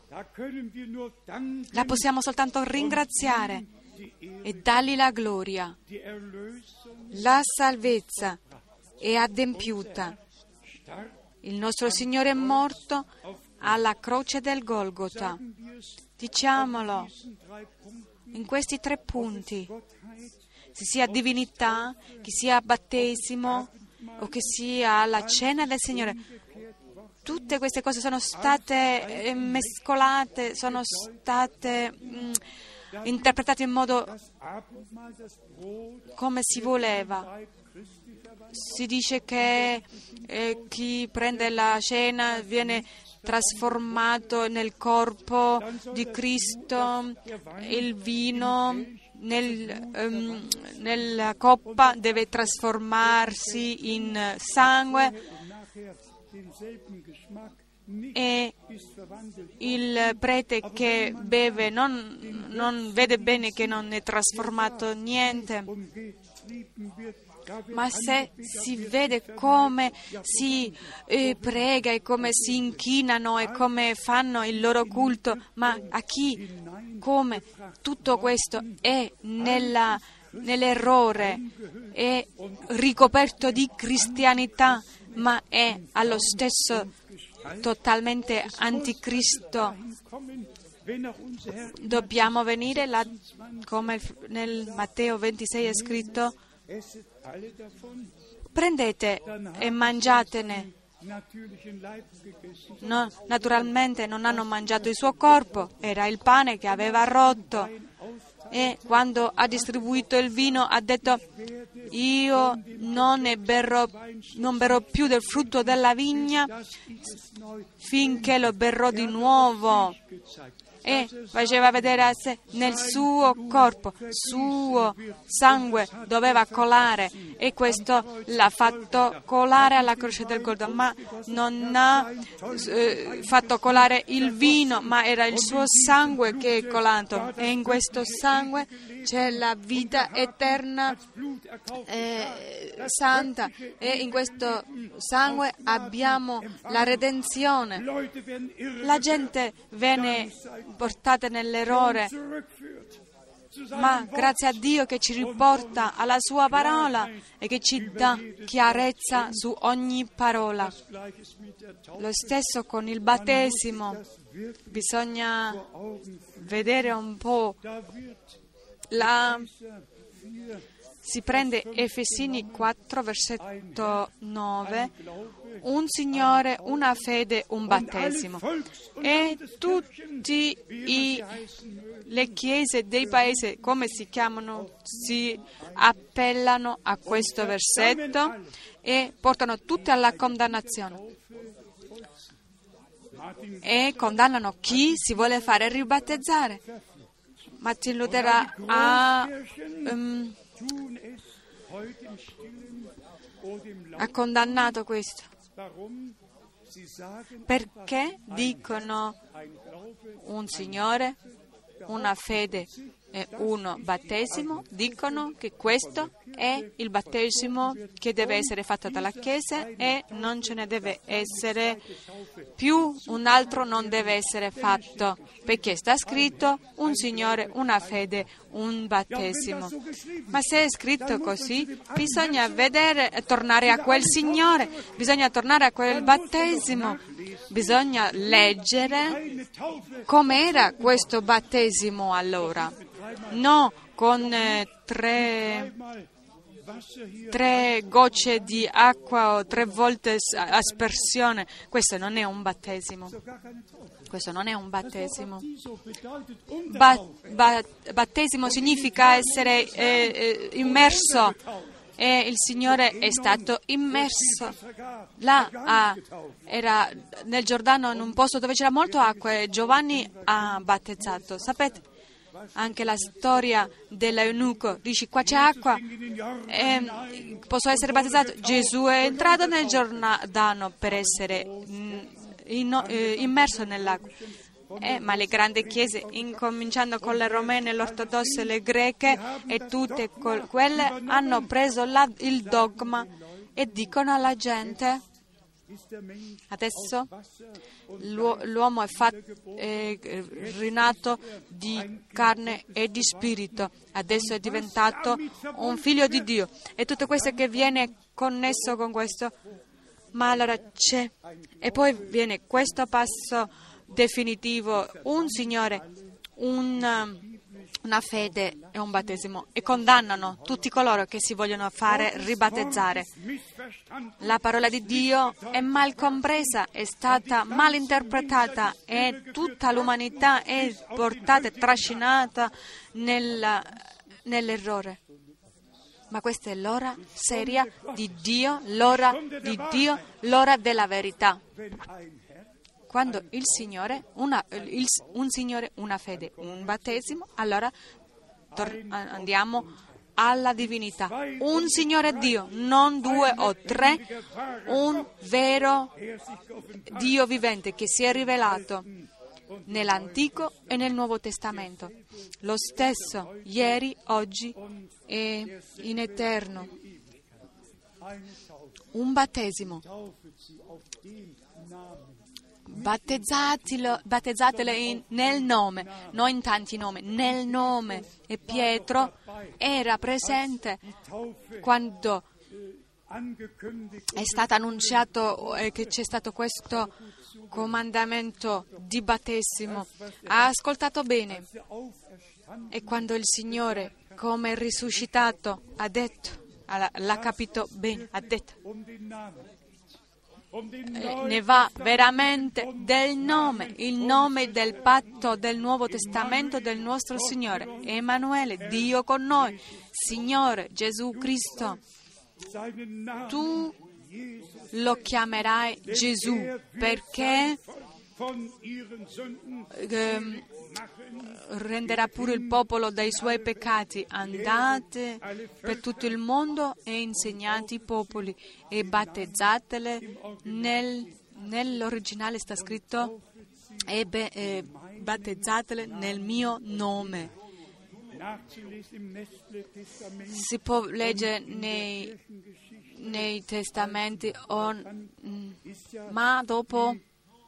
La possiamo soltanto ringraziare e dargli la gloria. La salvezza è adempiuta. Il nostro Signore è morto alla croce del Golgota. Diciamolo in questi 3 punti, che sia divinità, che sia battesimo o che sia la cena del Signore. Tutte queste cose sono state mescolate, sono state interpretate in modo come si voleva. Si dice che chi prende la cena viene trasformato nel corpo di Cristo, il vino nella coppa deve trasformarsi in sangue, e il prete che beve non vede bene che non è trasformato niente. Ma se si vede come si prega e come si inchinano e come fanno il loro culto, ma a chi, come, tutto questo è nell'errore, è ricoperto di cristianità, ma è allo stesso totalmente anticristo. Dobbiamo venire là, come nel Matteo 26 è scritto: prendete e mangiatene. No, naturalmente non hanno mangiato il suo corpo, era il pane che aveva rotto, e quando ha distribuito il vino ha detto: io non berrò più del frutto della vigna finché lo berrò di nuovo. E faceva vedere a sé nel suo corpo, suo sangue doveva colare, e questo l'ha fatto colare alla croce del Golgota, ma non ha fatto colare il vino, ma era il suo sangue che è colato, e in questo sangue c'è la vita eterna santa, e in questo sangue abbiamo la redenzione. La gente viene portata nell'errore, ma grazie a Dio che ci riporta alla sua parola e che ci dà chiarezza su ogni parola. Lo stesso con il battesimo, bisogna vedere un po' la si prende Efesini 4, versetto 9, un Signore, una fede, un battesimo. E tutte le chiese dei paesi, come si chiamano, si appellano a questo versetto e portano tutte alla condannazione. E condannano chi si vuole fare ribattezzare. Martin Luther ha condannato questo. Perché dicono un Signore, una fede e uno battesimo? Dicono che questo è il battesimo che deve essere fatto dalla Chiesa e non ce ne deve essere più, un altro non deve essere fatto, perché sta scritto un Signore, una fede, un battesimo. Ma se è scritto così, bisogna vedere e tornare a quel Signore, bisogna tornare a quel battesimo, bisogna leggere com'era questo battesimo allora. No, con tre gocce di acqua o 3 volte aspersione. Questo non è un battesimo. Questo non è un battesimo. Battesimo significa essere immerso. E il Signore è stato immerso. Là era nel Giordano, in un posto dove c'era molto acqua, e Giovanni ha battezzato. Sapete? Anche la storia dell'eunuco, dici qua c'è acqua, posso essere battezzato? Gesù è entrato nel Giordano per essere immerso nell'acqua. Ma le grandi chiese, incominciando con le romene, l'ortodosse, le greche e tutte quelle, hanno preso il dogma e dicono alla gente: adesso l'uomo è rinato di carne e di spirito, adesso è diventato un figlio di Dio, e tutto questo che viene connesso con questo. Ma allora c'è, e poi viene questo passo definitivo, un Signore, una fede e un battesimo, e condannano tutti coloro che si vogliono fare ribattezzare. La parola di Dio è mal compresa, è stata mal interpretata e tutta l'umanità è portata e trascinata nell'errore. Ma questa è l'ora seria di Dio, l'ora di Dio, l'ora della verità. Quando il Signore, un Signore, una fede, un battesimo, allora andiamo alla divinità. Un Signore Dio, non 2 o 3, un vero Dio vivente che si è rivelato nell'Antico e nel Nuovo Testamento. Lo stesso ieri, oggi e in eterno. Un battesimo. Battezzatele nel nome, non in tanti nomi, nel nome. E Pietro era presente quando è stato annunciato che c'è stato questo comandamento di battesimo. Ha ascoltato bene, e quando il Signore, come risuscitato, ha detto, l'ha capito bene, ha detto: ne va veramente del nome, il nome del patto del Nuovo Testamento del nostro Signore, Emanuele, Dio con noi, Signore Gesù Cristo. Tu lo chiamerai Gesù perché renderà pure il popolo dai suoi peccati. Andate per tutto il mondo e insegnate i popoli e battezzatele. Nell'originale sta scritto battezzatele nel mio nome. Si può leggere nei testamenti, ma dopo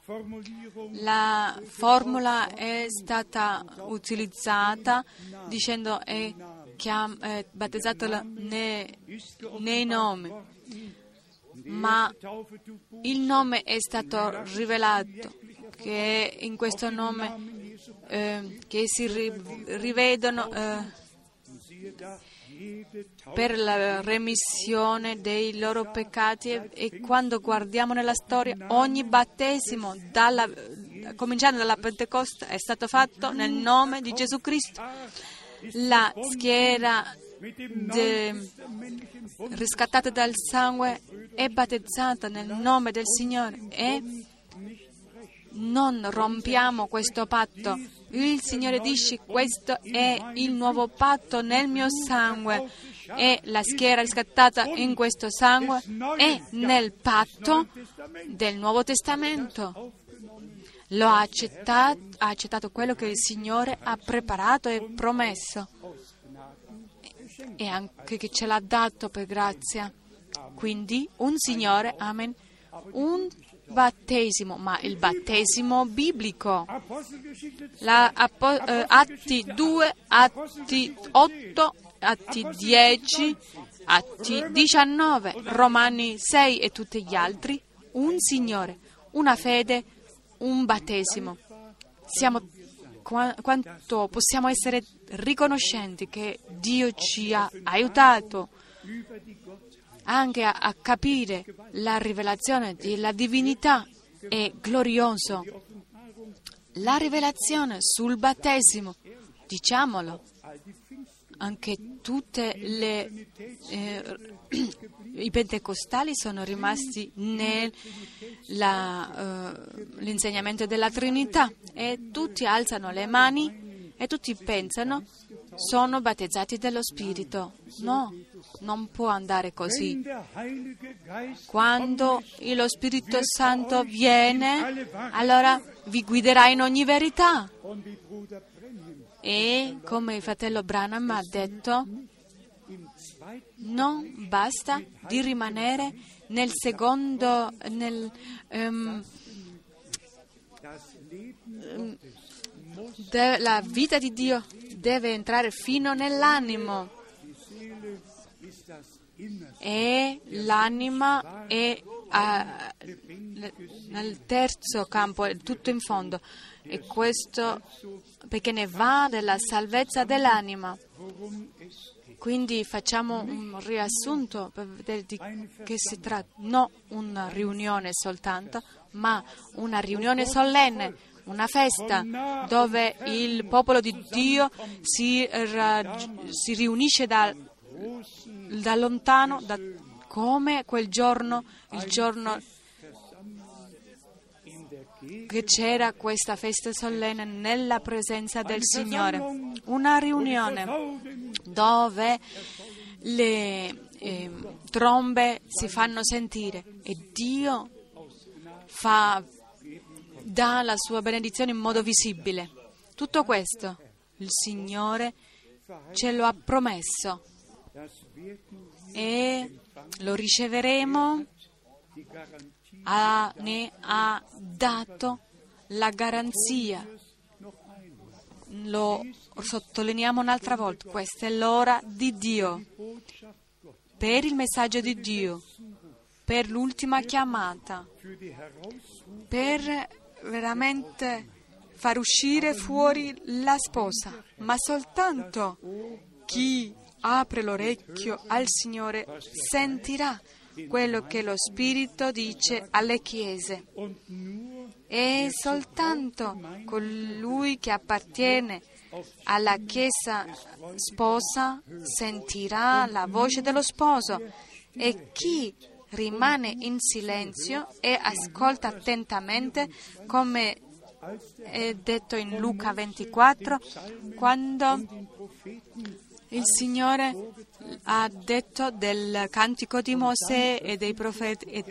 la formula è stata utilizzata dicendo battezzatela nei nomi, ma il nome è stato rivelato, che in questo nome che si rivedono per la remissione dei loro peccati, e quando guardiamo nella storia, ogni battesimo, cominciando dalla Pentecoste, è stato fatto nel nome di Gesù Cristo. La schiera riscattata dal sangue è battezzata nel nome del Signore, e non rompiamo questo patto. Il Signore dice: questo è il nuovo patto nel mio sangue, e la schiera riscattata in questo sangue è nel patto del Nuovo Testamento. Ha accettato quello che il Signore ha preparato e promesso, e anche che ce l'ha dato per grazia. Quindi un Signore, amen, un battesimo, ma il battesimo biblico. Atti 2, Atti 8, Atti 10, Atti 19, Romani 6 e tutti gli altri. Un Signore, una fede, un battesimo. Quanto possiamo essere riconoscenti che Dio ci ha aiutato anche a capire la rivelazione della divinità. È glorioso. La rivelazione sul battesimo, diciamolo, anche tutte i pentecostali sono rimasti nell'insegnamento della Trinità, e tutti alzano le mani e tutti pensano sono battezzati dello Spirito. No, non può andare così. Quando lo Spirito Santo viene, allora vi guiderà in ogni verità. E come il fratello Branham ha detto, non basta di rimanere nel secondo, la vita di Dio deve entrare fino nell'animo, e l'anima è nel terzo campo, è tutto in fondo, e questo perché ne va della salvezza dell'anima. Quindi facciamo un riassunto per vedere di che si tratta. Non una riunione soltanto, ma una riunione solenne, una festa dove il popolo di Dio si riunisce da lontano, come quel giorno, il giorno che c'era questa festa solenne nella presenza del Signore. Una riunione dove le trombe si fanno sentire e Dio dà la sua benedizione in modo visibile. Tutto questo il Signore ce lo ha promesso e lo riceveremo. Ne ha dato la garanzia. Lo sottolineiamo un'altra volta, questa è l'ora di Dio, per il messaggio di Dio, per l'ultima chiamata, per veramente far uscire fuori la sposa, ma soltanto chi apre l'orecchio al Signore sentirà quello che lo Spirito dice alle chiese. E soltanto colui che appartiene alla Chiesa sposa sentirà la voce dello sposo, e chi rimane in silenzio e ascolta attentamente, come è detto in Luca 24, quando il Signore ha detto del cantico di Mosè e dei profeti, e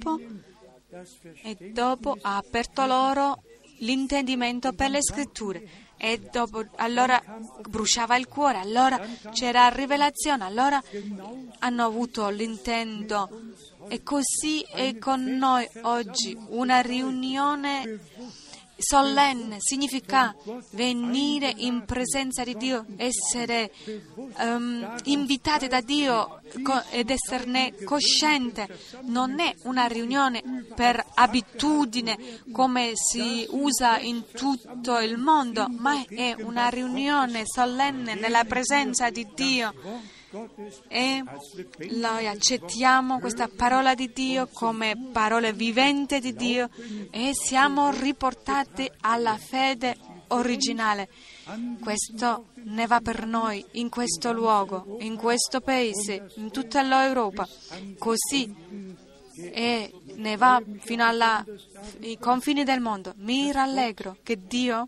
dopo ha aperto loro l'intendimento per le scritture, e dopo allora bruciava il cuore, allora c'era rivelazione, allora hanno avuto l'intento. E così è con noi oggi. Una riunione solenne significa venire in presenza di Dio, essere invitati da Dio ed esserne cosciente. Non è una riunione per abitudine come si usa in tutto il mondo, ma è una riunione solenne nella presenza di Dio. e noi accettiamo questa parola di Dio come parola vivente di Dio e siamo riportati alla fede originale. Questo ne va per noi in questo luogo, in questo paese, in tutta l'Europa, così, e ne va fino ai confini del mondo. Mi rallegro che Dio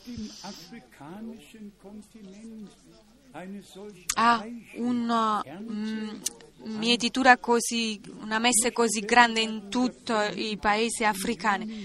ha una mietitura così, una messe così grande in tutti i paesi africani.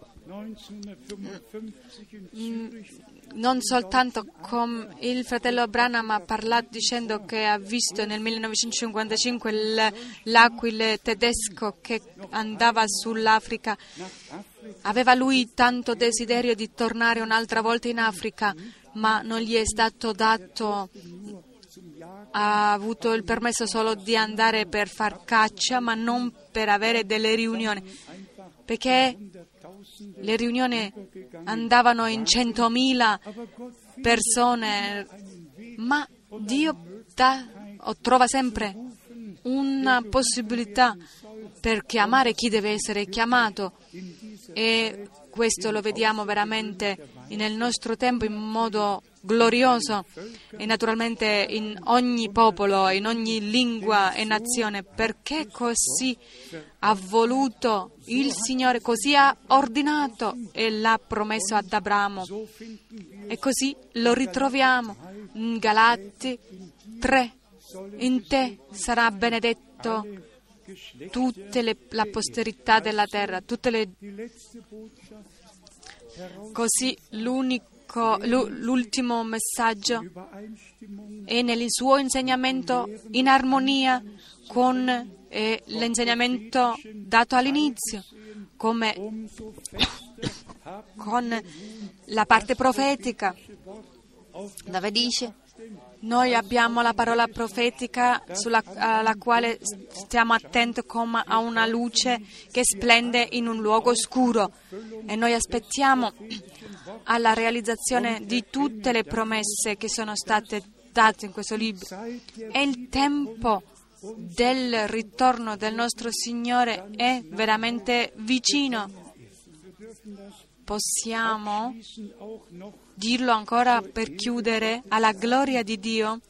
Non soltanto come il fratello Branham ha parlato dicendo che ha visto nel 1955 l'aquila tedesco che andava sull'Africa. Aveva lui tanto desiderio di tornare un'altra volta in Africa, ma non gli è stato dato. Ha avuto il permesso solo di andare per far caccia, ma non per avere delle riunioni, perché le riunioni andavano in 100.000 persone, ma Dio trova sempre una possibilità per chiamare chi deve essere chiamato, e questo lo vediamo veramente nel nostro tempo in modo glorioso e naturalmente in ogni popolo, in ogni lingua e nazione, perché così ha voluto il Signore, così ha ordinato e l'ha promesso ad Abramo. E così lo ritroviamo in Galati 3. In te sarà benedetto tutta la posterità della terra, Così l'ultimo messaggio è nel suo insegnamento in armonia con l'insegnamento dato all'inizio, come con la parte profetica, dove dice: noi abbiamo la parola profetica alla quale stiamo attenti come a una luce che splende in un luogo oscuro, e noi aspettiamo alla realizzazione di tutte le promesse che sono state date in questo libro. E il tempo del ritorno del nostro Signore è veramente vicino. Possiamo dirlo ancora per chiudere, alla gloria di Dio.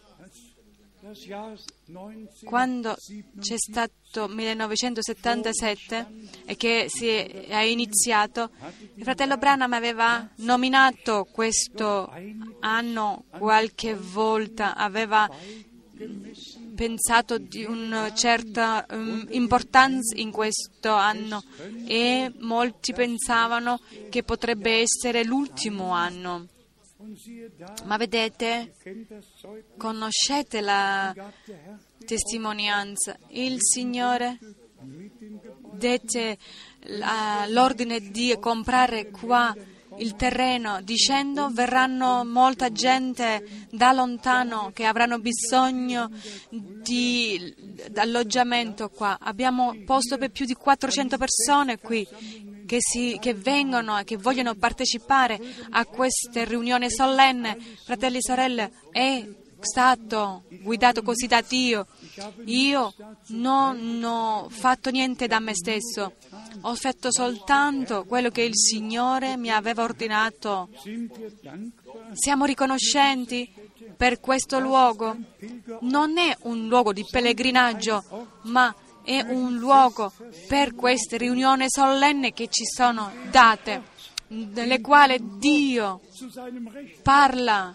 Quando c'è stato 1977 e che si è iniziato, il fratello Branham aveva nominato questo anno qualche volta, aveva pensato di una certa importanza in questo anno, e molti pensavano che potrebbe essere l'ultimo anno. Ma vedete, conoscete la testimonianza. Il Signore dette l'ordine di comprare qua il terreno, dicendo: verranno molta gente da lontano che avranno bisogno di alloggiamento qua. Abbiamo posto per più di 400 persone qui che vengono e che vogliono partecipare a questa riunione solenne. Fratelli e sorelle, è stato guidato così da Dio. Io non ho fatto niente da me stesso, ho fatto soltanto quello che il Signore mi aveva ordinato. Siamo riconoscenti per questo luogo. Non è un luogo di pellegrinaggio, ma è un luogo per queste riunioni solenne che ci sono date, nelle quali Dio parla,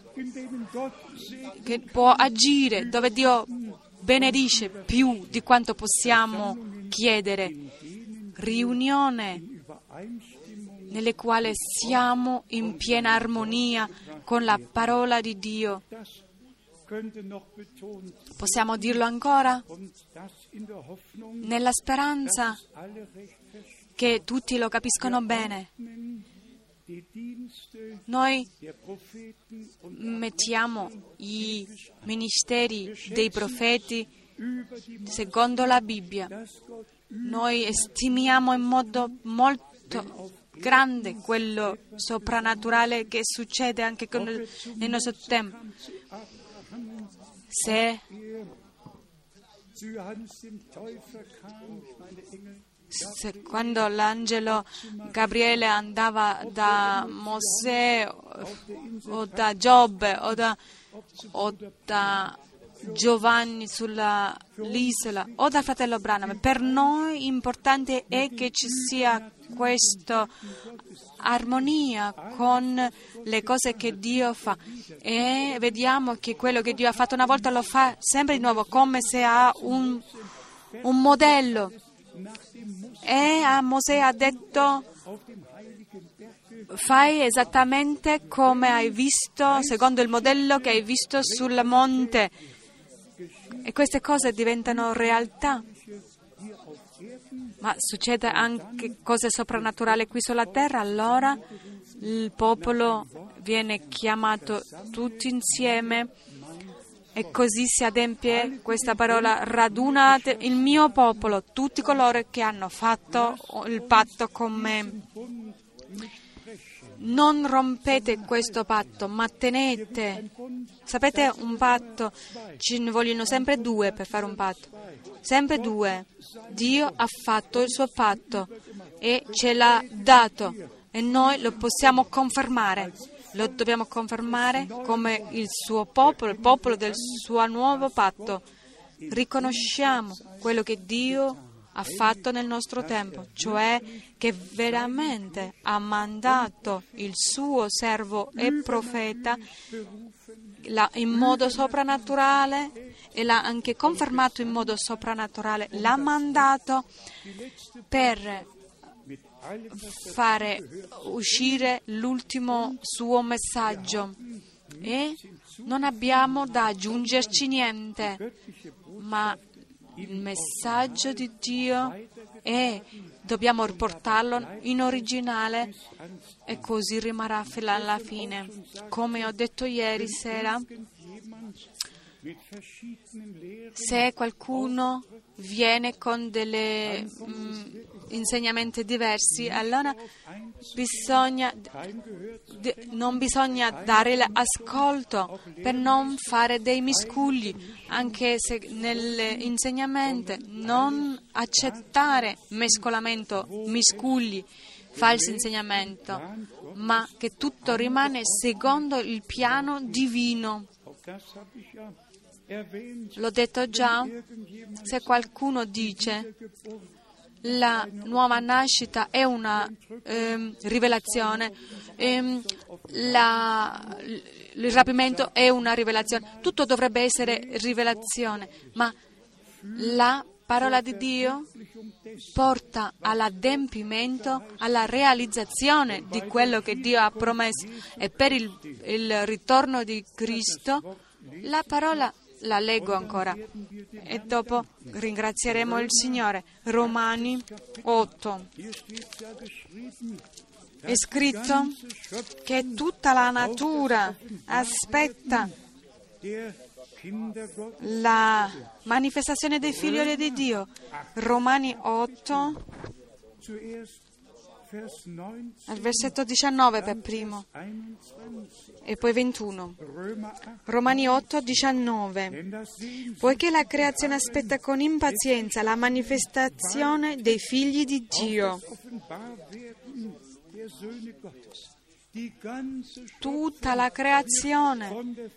che può agire, dove Dio benedice più di quanto possiamo chiedere. Riunione nelle quali siamo in piena armonia con la parola di Dio. Possiamo dirlo ancora? Nella speranza che tutti lo capiscono bene. Noi mettiamo i ministeri dei profeti secondo la Bibbia. Noi stimiamo in modo molto grande quello soprannaturale che succede anche nel nostro tempo. Se quando l'angelo Gabriele andava da Mosè o da Giobbe o da Giovanni sull'isola o da fratello Branham, per noi importante è che ci sia questa armonia con le cose che Dio fa, e vediamo che quello che Dio ha fatto una volta lo fa sempre di nuovo, come se ha un modello. E a Mosè ha detto: fai esattamente come hai visto, secondo il modello che hai visto sul monte, e queste cose diventano realtà. Ma succede anche cose soprannaturali qui sulla terra, allora il popolo viene chiamato tutti insieme e così si adempie questa parola: radunate il mio popolo, tutti coloro che hanno fatto il patto con me. Non rompete questo patto, ma tenete. Sapete, un patto, ci ne vogliono sempre due per fare un patto. Sempre due. Dio ha fatto il suo patto e ce l'ha dato e noi lo possiamo confermare. Lo dobbiamo confermare come il suo popolo, il popolo del suo nuovo patto. Riconosciamo quello che Dio ha fatto nel nostro tempo, cioè che veramente ha mandato il suo servo e profeta in modo soprannaturale e l'ha anche confermato in modo soprannaturale. L'ha mandato per fare uscire l'ultimo suo messaggio e non abbiamo da aggiungerci niente, ma il messaggio di Dio dobbiamo riportarlo in originale e così rimarrà fino alla fine. Come ho detto ieri sera, se qualcuno viene con delle insegnamenti diversi, allora non bisogna dare l'ascolto per non fare dei miscugli, anche se nell'insegnamento non accettare mescolamento, miscugli, falso insegnamento, ma che tutto rimane secondo il piano divino. L'ho detto già, se qualcuno dice la nuova nascita è una rivelazione, il rapimento è una rivelazione, tutto dovrebbe essere rivelazione, ma la parola di Dio porta all'adempimento, alla realizzazione di quello che Dio ha promesso, e per il ritorno di Cristo la parola la leggo ancora e dopo ringrazieremo il Signore. Romani 8. È scritto che tutta la natura aspetta la manifestazione dei figlioli di Dio. Romani 8, al versetto 19 per primo e poi 21. Romani 8, 19. Poiché la creazione aspetta con impazienza la manifestazione dei figli di Dio. Tutta la creazione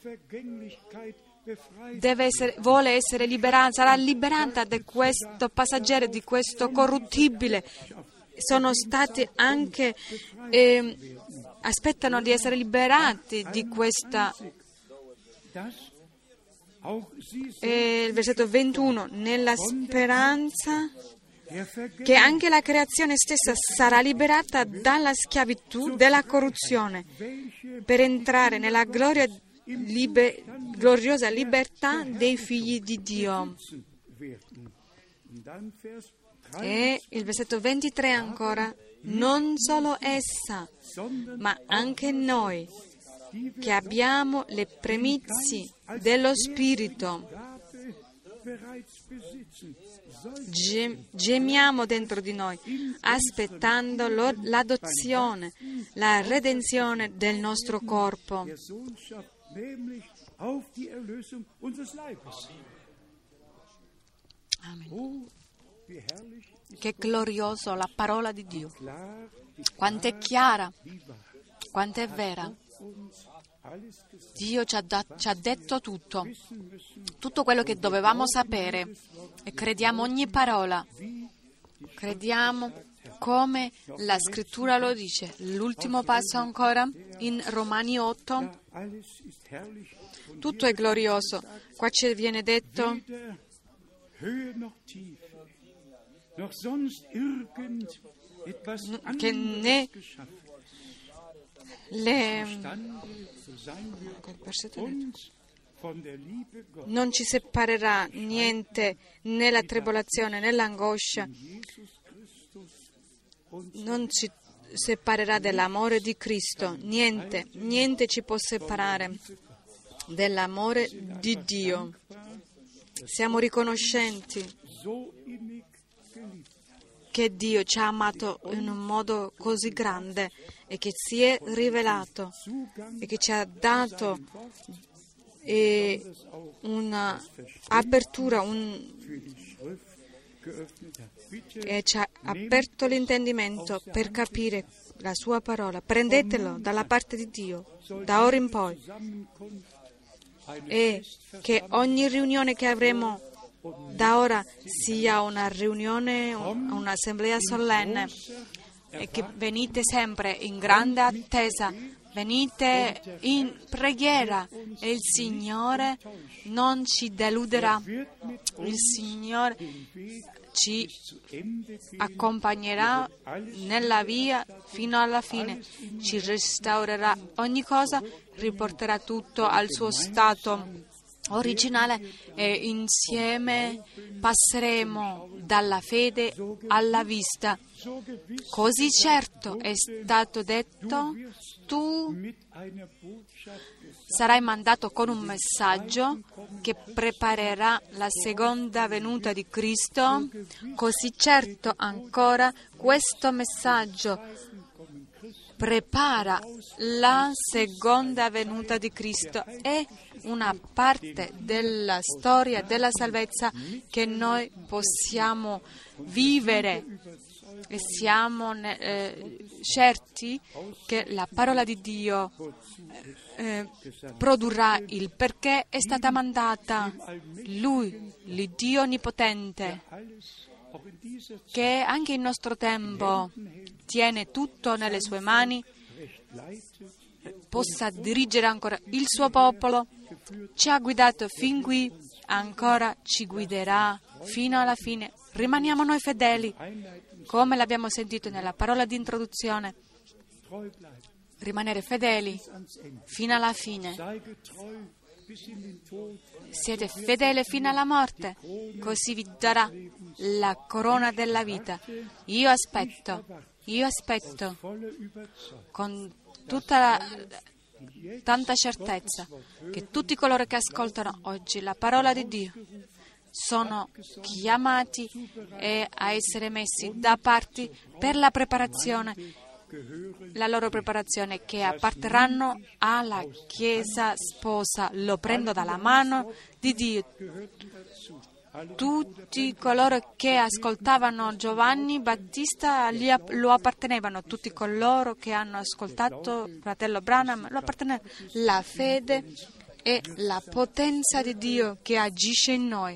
vuole essere liberata, sarà liberata da questo passaggero, di questo corruttibile. Sono stati anche, aspettano di essere liberati di questa. Il versetto 21, nella speranza che anche la creazione stessa sarà liberata dalla schiavitù della corruzione per entrare nella gloriosa libertà dei figli di Dio. E il versetto 23 ancora, non solo essa, ma anche noi, che abbiamo le primizie dello Spirito, gemiamo dentro di noi, aspettando l'adozione, la redenzione del nostro corpo. nämlich auf die Erlösung unseres Leibes. Amen. Oh, wie herrlich ist Che glorioso la parola di Dio. klar, wie Quanto è chiara, wie wahr. quanto è vera. Uns alles gesagt Dio ci ha detto tutto, wissen müssen, tutto quello che dovevamo sapere, e crediamo ogni parola. Crediamo come la scrittura lo dice. L'ultimo passo ancora in Romani 8. ja, alles ist herrlich und Tutto è glorioso. Qua ci viene detto weder Höhe noch Tiefe, noch sonst irgendetwas che né anderes geschaffen. le, Stande, so sein wird uns von der Liebe Gottes non ci separerà niente, né la tribolazione né l'angoscia, Jesus Christus uns non ci separerà dell'amore di Cristo. Niente ci può separare dell'amore di Dio. Siamo riconoscenti so innig geliebt. che Dio ci ha amato in un modo così grande e che si è rivelato e che ci ha dato un'apertura Für die Schrift geöffnet hat. Bitte e ci ha aperto l'intendimento per capire la sua parola. Prendetelo dalla parte di Dio, da ora in poi, Zusammenkunft, e che ogni riunione che avremo da ora sia una riunione, un'assemblea solenne, e che venite sempre in grande attesa, venite in preghiera e il Signore non ci deluderà. wird mit Il Signore dem Weg ci zu Ende gehen. accompagnerà nella via fino alla fine, ci restaurerà ogni cosa, riporterà tutto al suo stato originale e insieme passeremo dalla fede alla vista. So gewiss Così certo è stato detto, tu mit einer Botschaft des sarai mandato con un messaggio che preparerà la seconda venuta di Cristo. Così certo ancora questo messaggio prepara la seconda venuta di Cristo. È una parte della storia della salvezza che noi possiamo vivere e siamo certi che la parola di Dio produrrà il perché è stata mandata. Lui, l'Iddio Onnipotente, alles, auch in dieser Zeit che anche in nostro tempo tiene tutto nelle sue mani, recht leitet, possa dirigere ancora il suo popolo, ci ha guidato fin qui, ancora ci guiderà fino alla fine. Rimaniamo noi fedeli, come l'abbiamo sentito nella parola di introduzione, treu bleiben, rimanere fedeli ans Ende. fino alla fine. Sei getreu bis in den Tod. Siete fedeli fino alla morte, così vi darà la corona della vita. Io aspetto Voller Überzeugung. con tanta certezza che tutti coloro che ascoltano oggi la parola di Dio sono chiamati a essere messi da parte per la preparazione, la loro preparazione, che apparterranno alla Chiesa sposa. Lo prendo dalla mano di Dio. Tutti coloro che ascoltavano Giovanni Battista lo appartenevano, tutti coloro che hanno ascoltato fratello Branham lo appartenevano. La fede e la potenza di Dio che agisce in noi.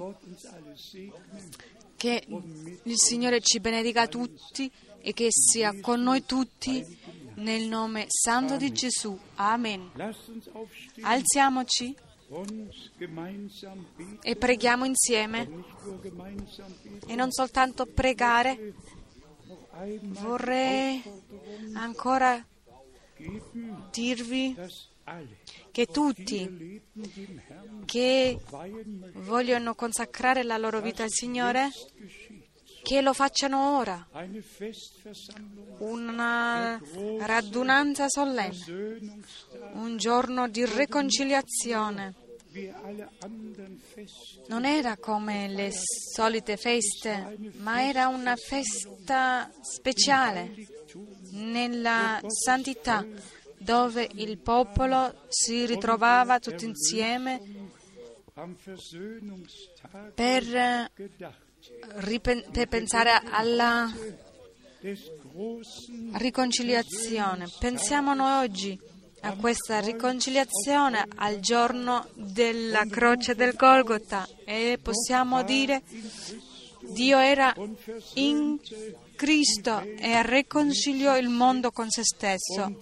Che il Signore ci benedica tutti e che sia con noi tutti nel nome santo di Gesù. Amen. Lasst uns aufstehen Alziamoci und gemeinsam beten. e preghiamo insieme, Nicht nur gemeinsam beten, e non soltanto pregare. noch einmal Vorrei ancora geben, dirvi dass alle, che die tutti ihr Leben dem Herrn che weihen möchten, vogliono consacrare la loro vita al Signore, jetzt geschieht. che lo facciano ora. Eine Festversammlung, Una radunanza solenne, Versöhnungstag, un giorno di riconciliazione. wie alle anderen Feste. Non era come le solite feste, ma era una festa speciale nella santità, dove il popolo si ritrovava tutti insieme per pensare alla riconciliazione. Pensiamo noi oggi a questa riconciliazione al giorno della croce del Golgota e possiamo dire: Dio era in Cristo e riconciliò il mondo con se stesso.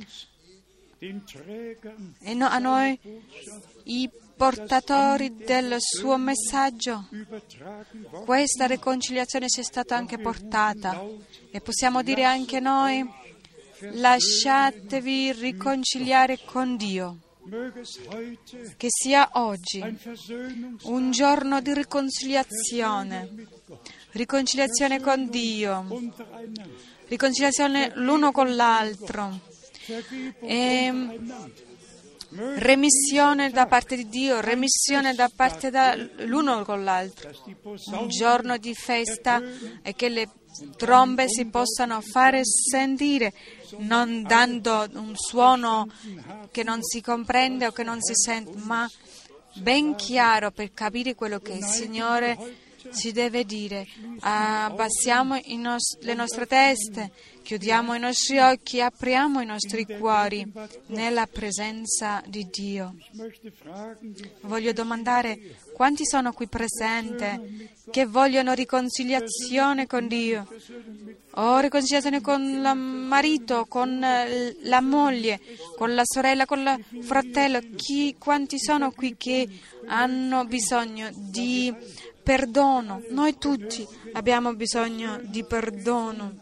E a noi, i portatori del suo messaggio, questa riconciliazione ci è stata anche portata. E possiamo dire anche noi: lasciatevi riconciliare con Dio. Che sia oggi un giorno di riconciliazione con Dio, riconciliazione l'uno con l'altro, e remissione da parte di Dio, remissione da parte dell'uno con l'altro. Un giorno di festa e che le trombe si possano fare sentire, non dando un suono che non si comprende o che non si sente, ma ben chiaro per capire quello che il Signore si deve dire. Abbassiamo le nostre teste, chiudiamo i nostri occhi, apriamo i nostri cuori nella presenza di Dio. Voglio domandare: quanti sono qui presenti che vogliono riconciliazione con Dio? O riconciliazione con il marito, con la moglie, con la sorella, con il fratello? Quanti sono qui che hanno bisogno di perdono? Noi tutti abbiamo bisogno di perdono.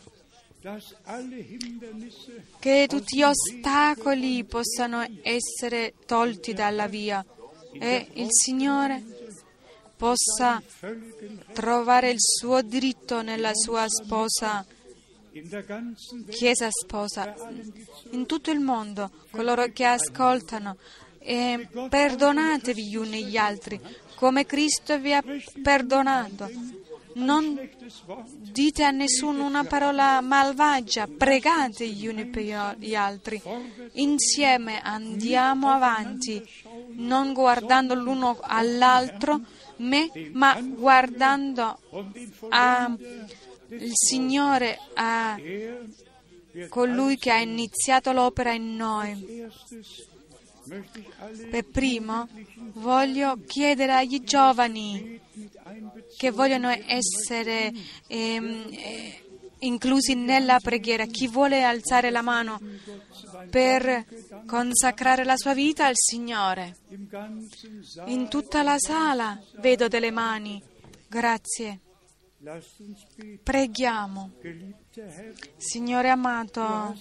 Che tutti gli ostacoli possano essere tolti dalla via e il Signore possa trovare il suo diritto nella sua sposa, Chiesa sposa, in tutto il mondo, coloro che ascoltano. E perdonatevi gli uni gli altri, come Cristo vi ha perdonato. Non dite a nessuno una parola malvagia, pregate gli uni per gli altri. Insieme andiamo avanti, non guardando l'uno all'altro, ma guardando il Signore, a colui che ha iniziato l'opera in noi. Per primo voglio chiedere agli giovani che vogliono essere inclusi nella preghiera, chi vuole alzare la mano per consacrare la sua vita al Signore. In tutta la sala vedo delle mani. Grazie. Preghiamo. Signore amato,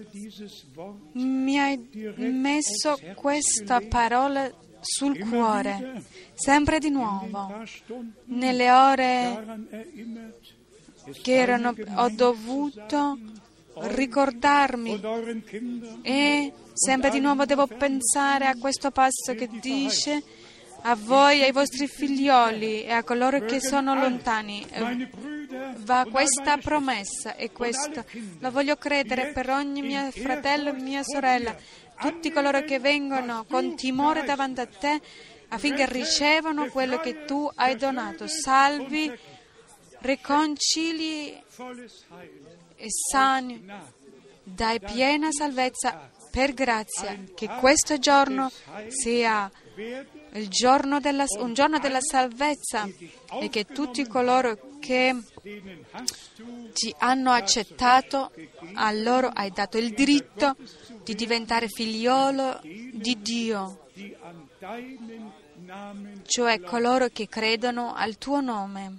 mi hai messo questa parola sul cuore, sempre di nuovo, nelle ore che ho dovuto ricordarmi, e sempre di nuovo devo pensare a questo passo che dice: a voi, ai vostri figlioli e a coloro che sono lontani va questa promessa, e questo lo voglio credere per ogni mio fratello e mia sorella, tutti coloro che vengono con timore davanti a te, affinché ricevano quello che tu hai donato. Salvi, riconcili e sani, dai piena salvezza per grazia. Che questo giorno sia un giorno della salvezza, e che tutti coloro che ti hanno accettato, a loro hai dato il diritto di diventare figliolo di Dio, cioè coloro che credono al tuo nome.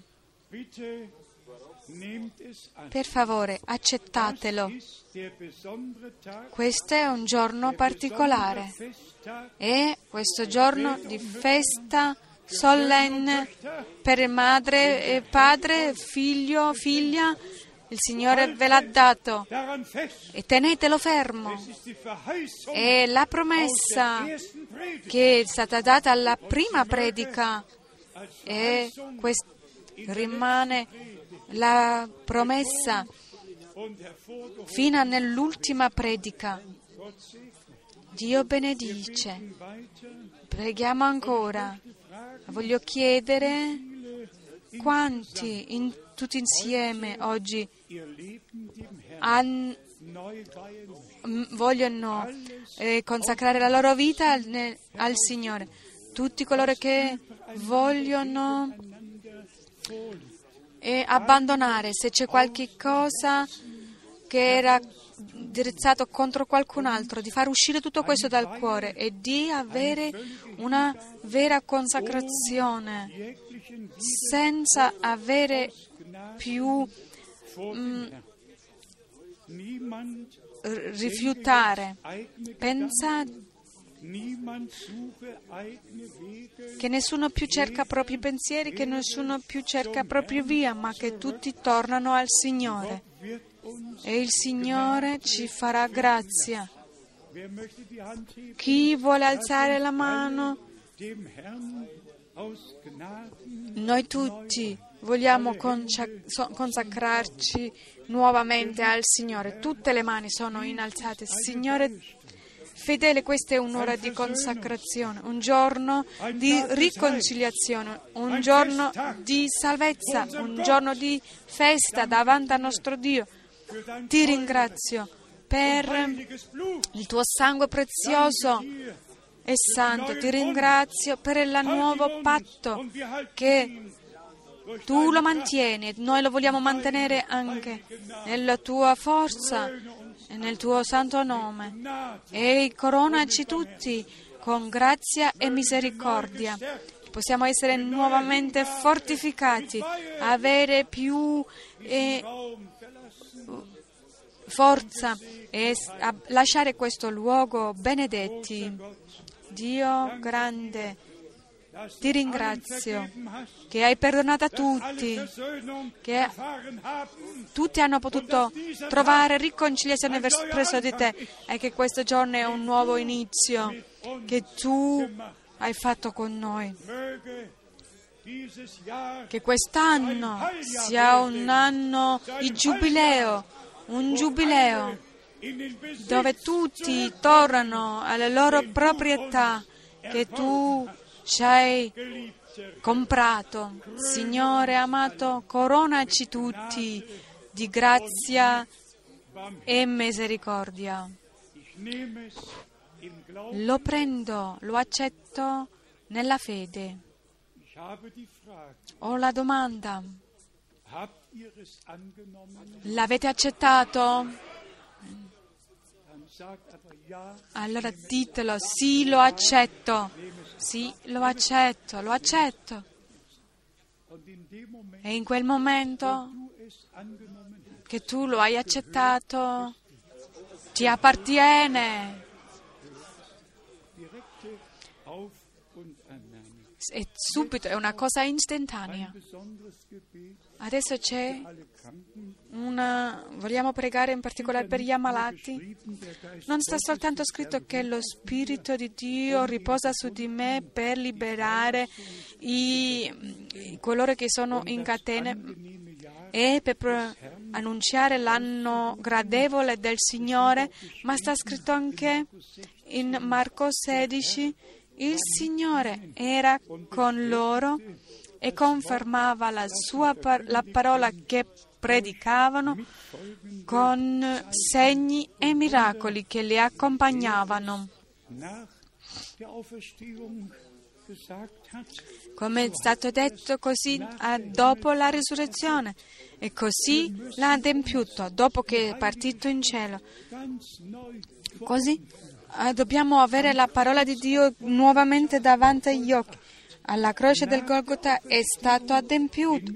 Per favore, accettatelo. Questo è un giorno particolare, è questo giorno di festa solenne per madre e padre, figlio, figlia. Il Signore ve l'ha dato e tenetelo fermo. È la promessa che è stata data alla prima predica, e rimane la promessa fino nell'ultima predica. Dio benedice. Preghiamo ancora. Voglio chiedere quanti tutti insieme oggi vogliono consacrare la loro vita al Signore. Tutti coloro che vogliono abbandonare, se c'è qualche cosa che era dirizzato contro qualcun altro, di far uscire tutto questo dal cuore e di avere una vera consacrazione, senza avere più rifiutare. Pensa che nessuno più cerca propri pensieri, che nessuno più cerca proprio via, ma che tutti tornano al Signore. E il Signore ci farà grazia. Chi vuole alzare la mano? Noi tutti vogliamo consacrarci nuovamente al Signore. Tutte le mani sono innalzate. Signore fedele, questa è un'ora di consacrazione, un giorno di riconciliazione, un giorno di salvezza, un giorno di festa davanti al nostro Dio. Ti ringrazio per il tuo sangue prezioso e santo, ti ringrazio per il nuovo patto che tu lo mantieni, noi lo vogliamo mantenere anche nella tua forza e nel tuo santo nome. E coronaci tutti con grazia e misericordia. Possiamo essere nuovamente fortificati, avere più forza e lasciare questo luogo benedetti. Dio grande, ti ringrazio che hai perdonato a tutti, che tutti hanno potuto trovare riconciliazione presso di te e che questo giorno è un nuovo inizio che tu hai fatto con noi. Che quest'anno sia un anno di giubileo, un giubileo dove tutti tornano alle loro proprietà che tu ci hai comprato. Signore amato, coronaci tutti di grazia e misericordia. Lo prendo, lo accetto nella fede. Ho la domanda. L'avete accettato? Allora ditelo, sì, lo accetto. Sì, lo accetto, lo accetto. E in quel momento che tu lo hai accettato, ti appartiene. E subito, è una cosa istantanea. Adesso vogliamo pregare in particolare per gli ammalati. Non sta soltanto scritto che lo Spirito di Dio riposa su di me per liberare coloro che sono in catene e per annunciare l'anno gradevole del Signore, ma sta scritto anche in Marco 16, il Signore era con loro e confermava la parola che predicavano con segni e miracoli che li accompagnavano. Come è stato detto così dopo la risurrezione, e così l'ha adempiuto dopo che è partito in cielo. Così dobbiamo avere la parola di Dio nuovamente davanti agli occhi. Alla croce del Golgota è stato adempiuto.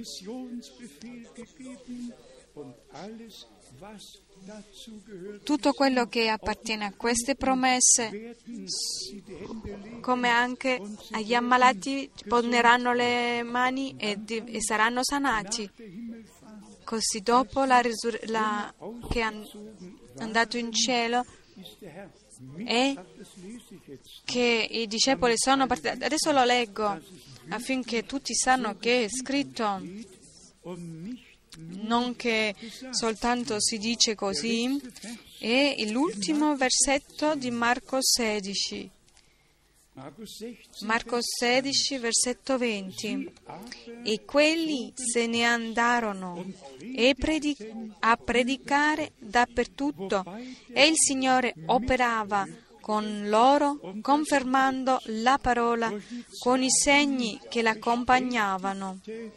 Tutto quello che appartiene a queste promesse, come anche agli ammalati, poneranno le mani e saranno sanati. Così dopo che è andato in cielo e che i discepoli sono partiti. Adesso lo leggo affinché tutti sanno che è scritto non che soltanto si dice così, è l'ultimo versetto di Marco 16. Marco 16, versetto 20. E quelli se ne andarono a predicare dappertutto, e il Signore operava con loro, confermando la parola con i segni che l'accompagnavano.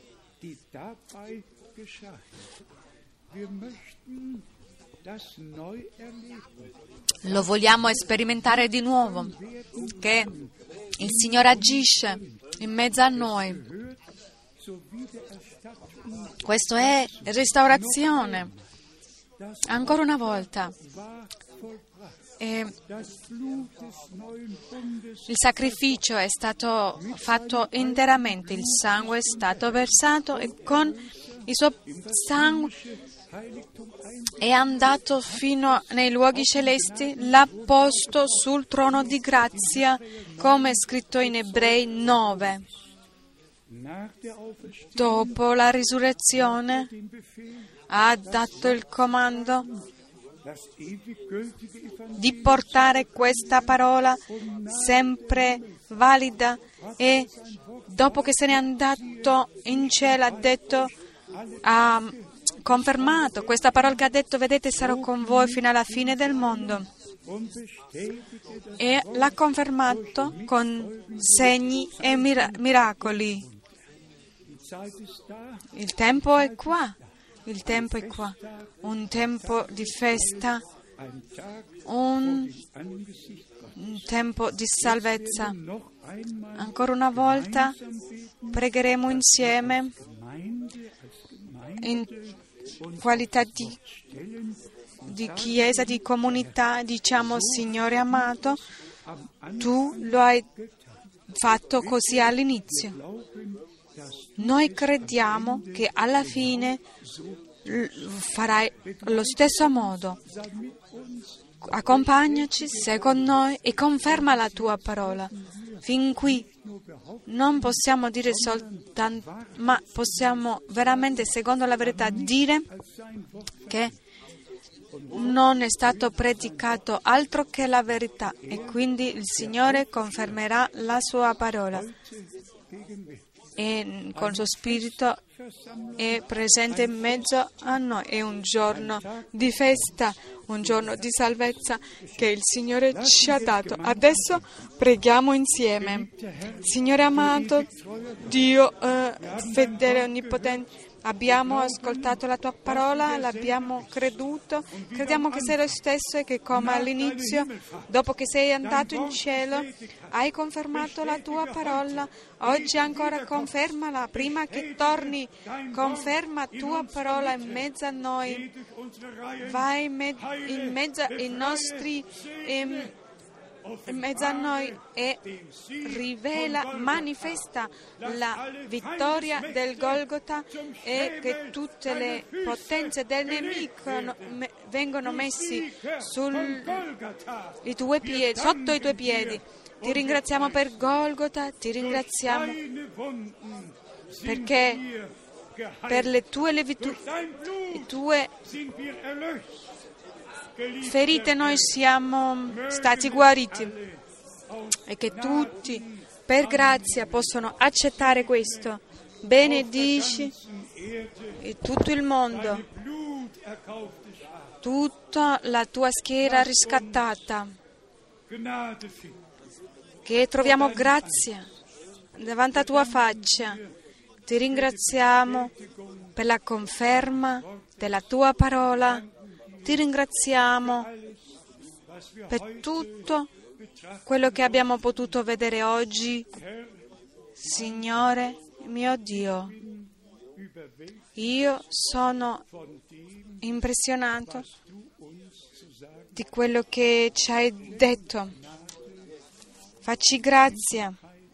Lo vogliamo sperimentare di nuovo, che il Signore agisce in mezzo a noi. Questo è restaurazione. Ancora una volta. Il sacrificio è stato fatto interamente, il sangue è stato versato e con il suo sangue è andato fino nei luoghi celesti, l'ha posto sul trono di grazia, come è scritto in Ebrei 9. Dopo la risurrezione ha dato il comando di portare questa parola sempre valida, e dopo che se n'è andato in cielo ha confermato questa parola che ha detto: vedete, sarò con voi fino alla fine del mondo, e l'ha confermato con segni e miracoli. Il tempo è qua. Il tempo è qua, un tempo di festa, un tempo di salvezza. Ancora una volta pregheremo insieme in qualità di chiesa, di comunità. Diciamo: Signore amato, tu lo hai fatto così all'inizio. Noi crediamo che alla fine farai allo stesso modo. Accompagnaci, sei con noi e conferma la tua parola. Fin qui non possiamo dire soltanto, ma possiamo veramente, secondo la verità, dire che non è stato predicato altro che la verità, e quindi il Signore confermerà la sua parola. E con il suo spirito è presente in mezzo a noi. È un giorno di festa, un giorno di salvezza che il Signore ci ha dato. Adesso preghiamo insieme. Signore amato, Dio fedele e onnipotente, abbiamo ascoltato la tua parola, l'abbiamo creduto, crediamo che sei lo stesso e che, come all'inizio, dopo che sei andato in cielo, hai confermato la tua parola. Oggi ancora confermala, prima che torni, conferma tua parola in mezzo a noi. Vai in mezzo ai nostri in mezzo a noi e rivela, manifesta la vittoria del Golgota, e che tutte le potenze del nemico vengono messi sotto i tuoi piedi. Ti ringraziamo per Golgota, ti ringraziamo perché per le tue ferite noi siamo stati guariti, e che tutti per grazia possono accettare questo. Benedici tutto il mondo, tutta la tua schiera riscattata, che troviamo grazia davanti alla tua faccia. Ti ringraziamo per la conferma della tua parola. Ti ringraziamo per tutto quello che abbiamo potuto vedere oggi. Signore mio Dio, io sono impressionato di quello che ci hai detto. Facci grazia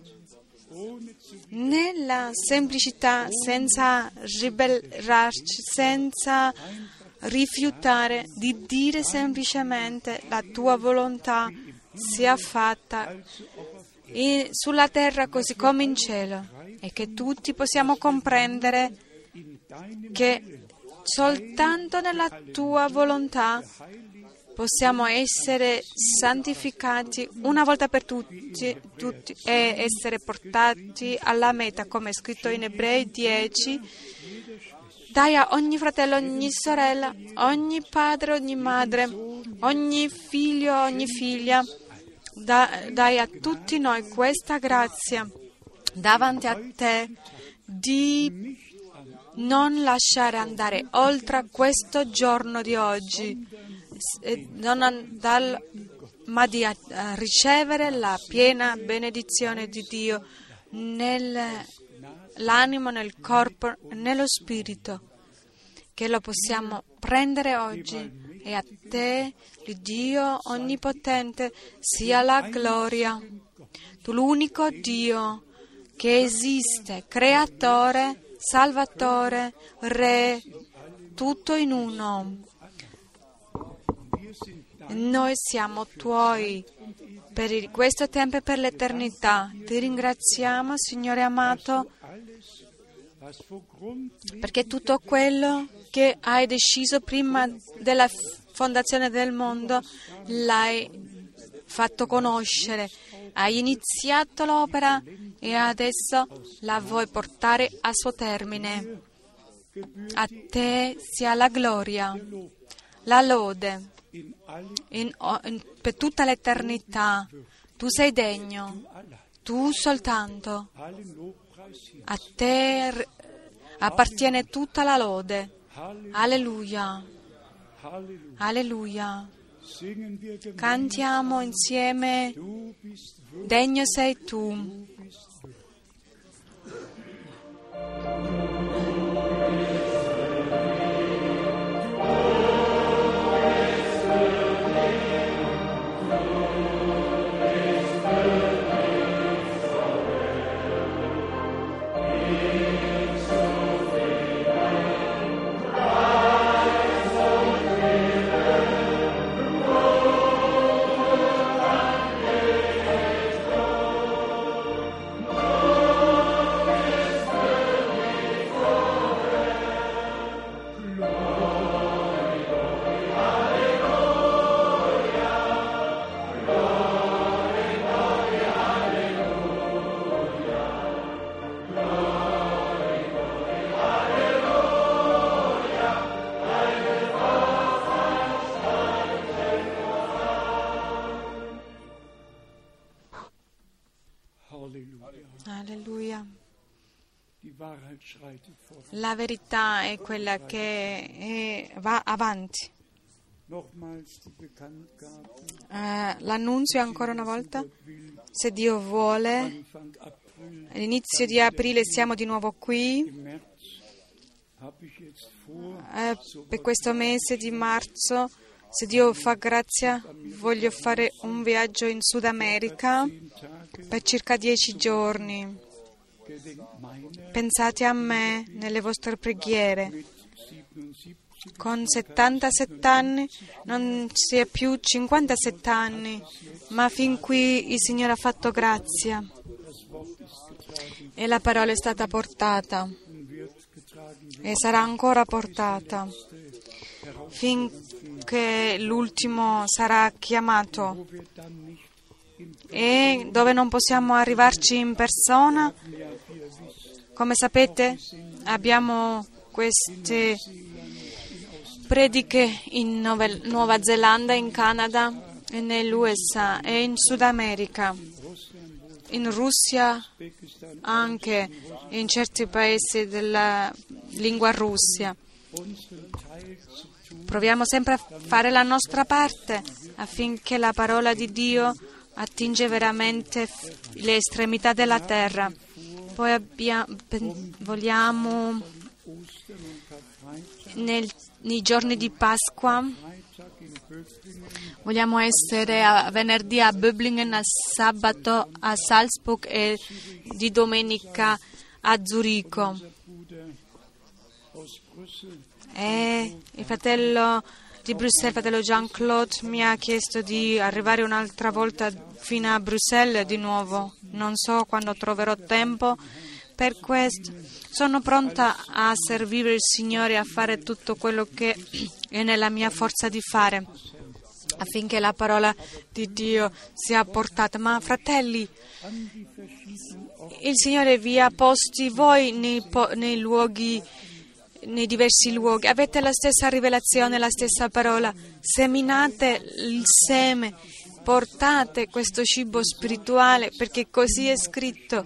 nella semplicità, senza ribellarci, senza rifiutare, di dire semplicemente: la tua volontà sia fatta sulla terra così come in cielo, e che tutti possiamo comprendere che soltanto nella tua volontà possiamo essere santificati una volta per tutti e essere portati alla meta, come è scritto in Ebrei 10. Dai a ogni fratello, ogni sorella, ogni padre, ogni madre, ogni figlio, ogni figlia, dai a tutti noi questa grazia davanti a te di non lasciare andare oltre questo giorno di oggi, ma di ricevere la piena benedizione di Dio nell'animo, nel corpo, nello spirito, che lo possiamo prendere oggi. E a te, Dio onnipotente, sia la gloria. Tu l'unico Dio che esiste, creatore, salvatore, re, tutto in uno. Noi siamo tuoi per questo tempo e per l'eternità. Ti ringraziamo, Signore amato, perché tutto quello che hai deciso prima della fondazione del mondo l'hai fatto conoscere. Hai iniziato l'opera e adesso la vuoi portare a suo termine. A te sia la gloria, la lode per tutta l'eternità. Tu sei degno, tu soltanto. A te appartiene tutta la lode. Alleluia. Alleluia. Cantiamo insieme. Degno sei tu. Alleluia. La verità è quella che va avanti. L'annunzio ancora una volta. Se Dio vuole, all'inizio di aprile siamo di nuovo qui. Per questo mese di marzo, se Dio fa grazia, voglio fare un viaggio in Sud America per circa 10 giorni. Pensate a me nelle vostre preghiere. Con 77 anni, non si è più 57 anni, ma fin qui il Signore ha fatto grazia e la parola è stata portata e sarà ancora portata finché l'ultimo sarà chiamato, e dove non possiamo arrivarci in persona. Come sapete, abbiamo queste prediche in Nuova Zelanda, in Canada, e nell'USA e in Sud America, in Russia anche, in certi paesi della lingua russia. Proviamo sempre a fare la nostra parte affinché la parola di Dio attinge veramente le estremità della terra. Poi vogliamo nei giorni di Pasqua, vogliamo essere venerdì a Böblingen, a sabato a Salzburg e di domenica a Zurigo. E il fratello di Bruxelles, fratello Jean-Claude, mi ha chiesto di arrivare un'altra volta fino a Bruxelles di nuovo. Non so quando troverò tempo, per questo sono pronta a servire il Signore, a fare tutto quello che è nella mia forza di fare, affinché la parola di Dio sia portata. Ma fratelli, il Signore vi ha posti voi nei luoghi, nei diversi luoghi, avete la stessa rivelazione, la stessa parola, seminate il seme, portate questo cibo spirituale, perché così è scritto: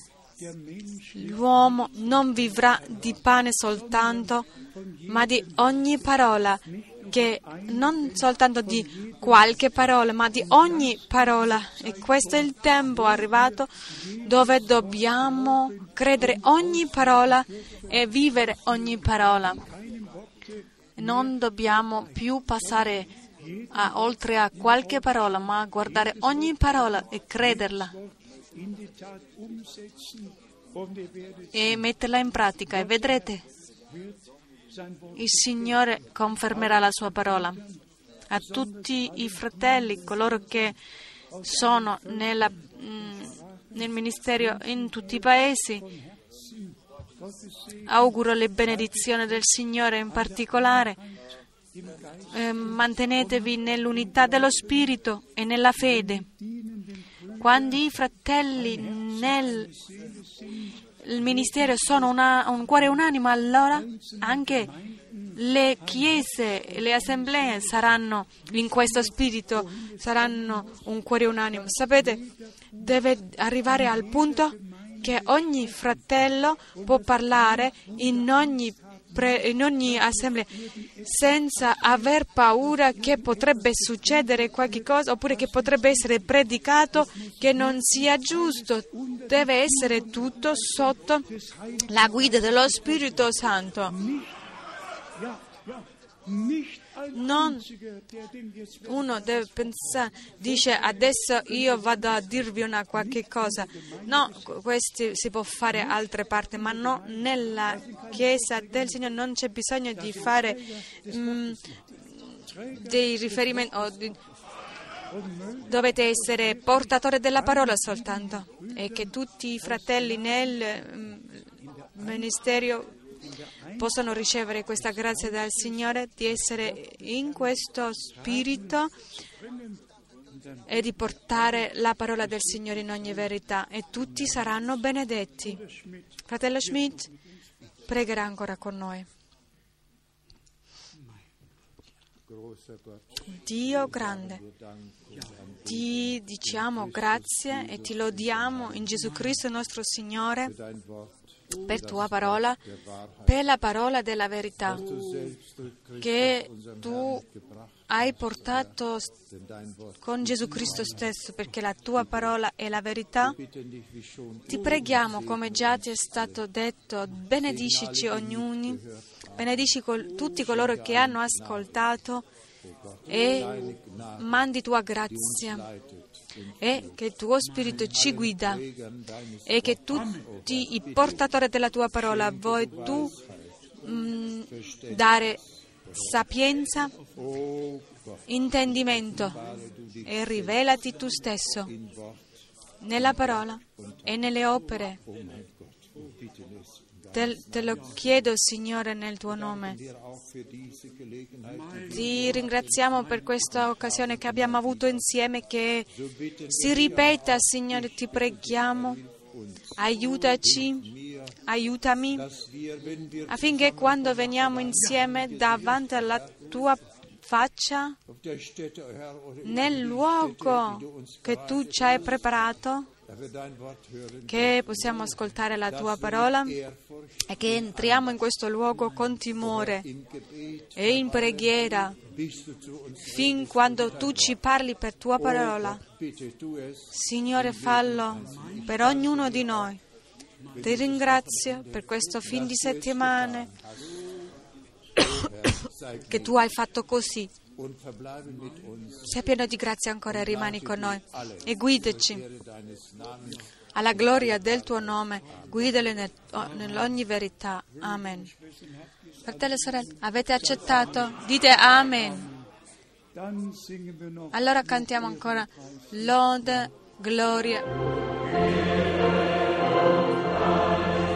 l'uomo non vivrà di pane soltanto, ma di ogni parola, che non soltanto di qualche parola, ma di ogni parola. E questo è il tempo arrivato dove dobbiamo credere ogni parola e vivere ogni parola. Non dobbiamo più passare oltre a qualche parola, ma guardare ogni parola e crederla e metterla in pratica, e vedrete, il Signore confermerà la sua parola. A tutti i fratelli, coloro che sono nel ministero in tutti i paesi, auguro le benedizioni del Signore. In particolare, mantenetevi nell'unità dello Spirito e nella fede. Quando i fratelli nel ministero sono un cuore unanime, allora anche le chiese, le assemblee saranno in questo spirito, saranno un cuore unanime. Sapete, deve arrivare al punto che ogni fratello può parlare in ogni assemblea senza aver paura che potrebbe succedere qualche cosa, oppure che potrebbe essere predicato che non sia giusto. Deve essere tutto sotto la guida dello Spirito Santo. Non uno deve pensare, dice: adesso io vado a dirvi una qualche cosa. No, questo si può fare altre parti, ma no, nella Chiesa del Signore non c'è bisogno di fare dei riferimenti. Dovete essere portatori della parola soltanto, e che tutti i fratelli nel ministero possano ricevere questa grazia dal Signore, di essere in questo spirito e di portare la parola del Signore in ogni verità, e tutti saranno benedetti. Fratello Schmidt pregherà ancora con noi. Dio grande, ti diciamo grazie e ti lodiamo in Gesù Cristo nostro Signore per tua parola, per la parola della verità che tu hai portato con Gesù Cristo stesso, perché la tua parola è la verità. Ti preghiamo, come già ti è stato detto, benedicici ognuno, benedici tutti coloro che hanno ascoltato, e mandi tua grazia, e che il tuo Spirito ci guida, e che tutti i portatori della tua parola vuoi tu dare sapienza, intendimento, e rivelati tu stesso nella parola e nelle opere. Te lo chiedo, Signore, nel tuo nome. Ti ringraziamo per questa occasione che abbiamo avuto insieme, che si ripeta, Signore, ti preghiamo. Aiutami, affinché quando veniamo insieme davanti alla tua faccia, nel luogo che tu ci hai preparato, che possiamo ascoltare la tua parola e che entriamo in questo luogo con timore e in preghiera fin quando tu ci parli per tua parola. Signore, fallo per ognuno di noi. Ti ringrazio per questo fin di settimana che tu hai fatto così. Sia pieno di grazia ancora, rimani con noi e guidaci alla gloria del tuo nome, guidali nell'ogni verità. Amen. Fratelli e sorelle, avete accettato? Dite Amen. Allora cantiamo ancora lode, gloria.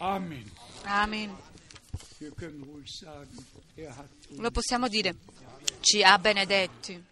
Amen. Amen. Wir können ruhig sagen, er hat uns Lo possiamo dire, ci ha benedetti.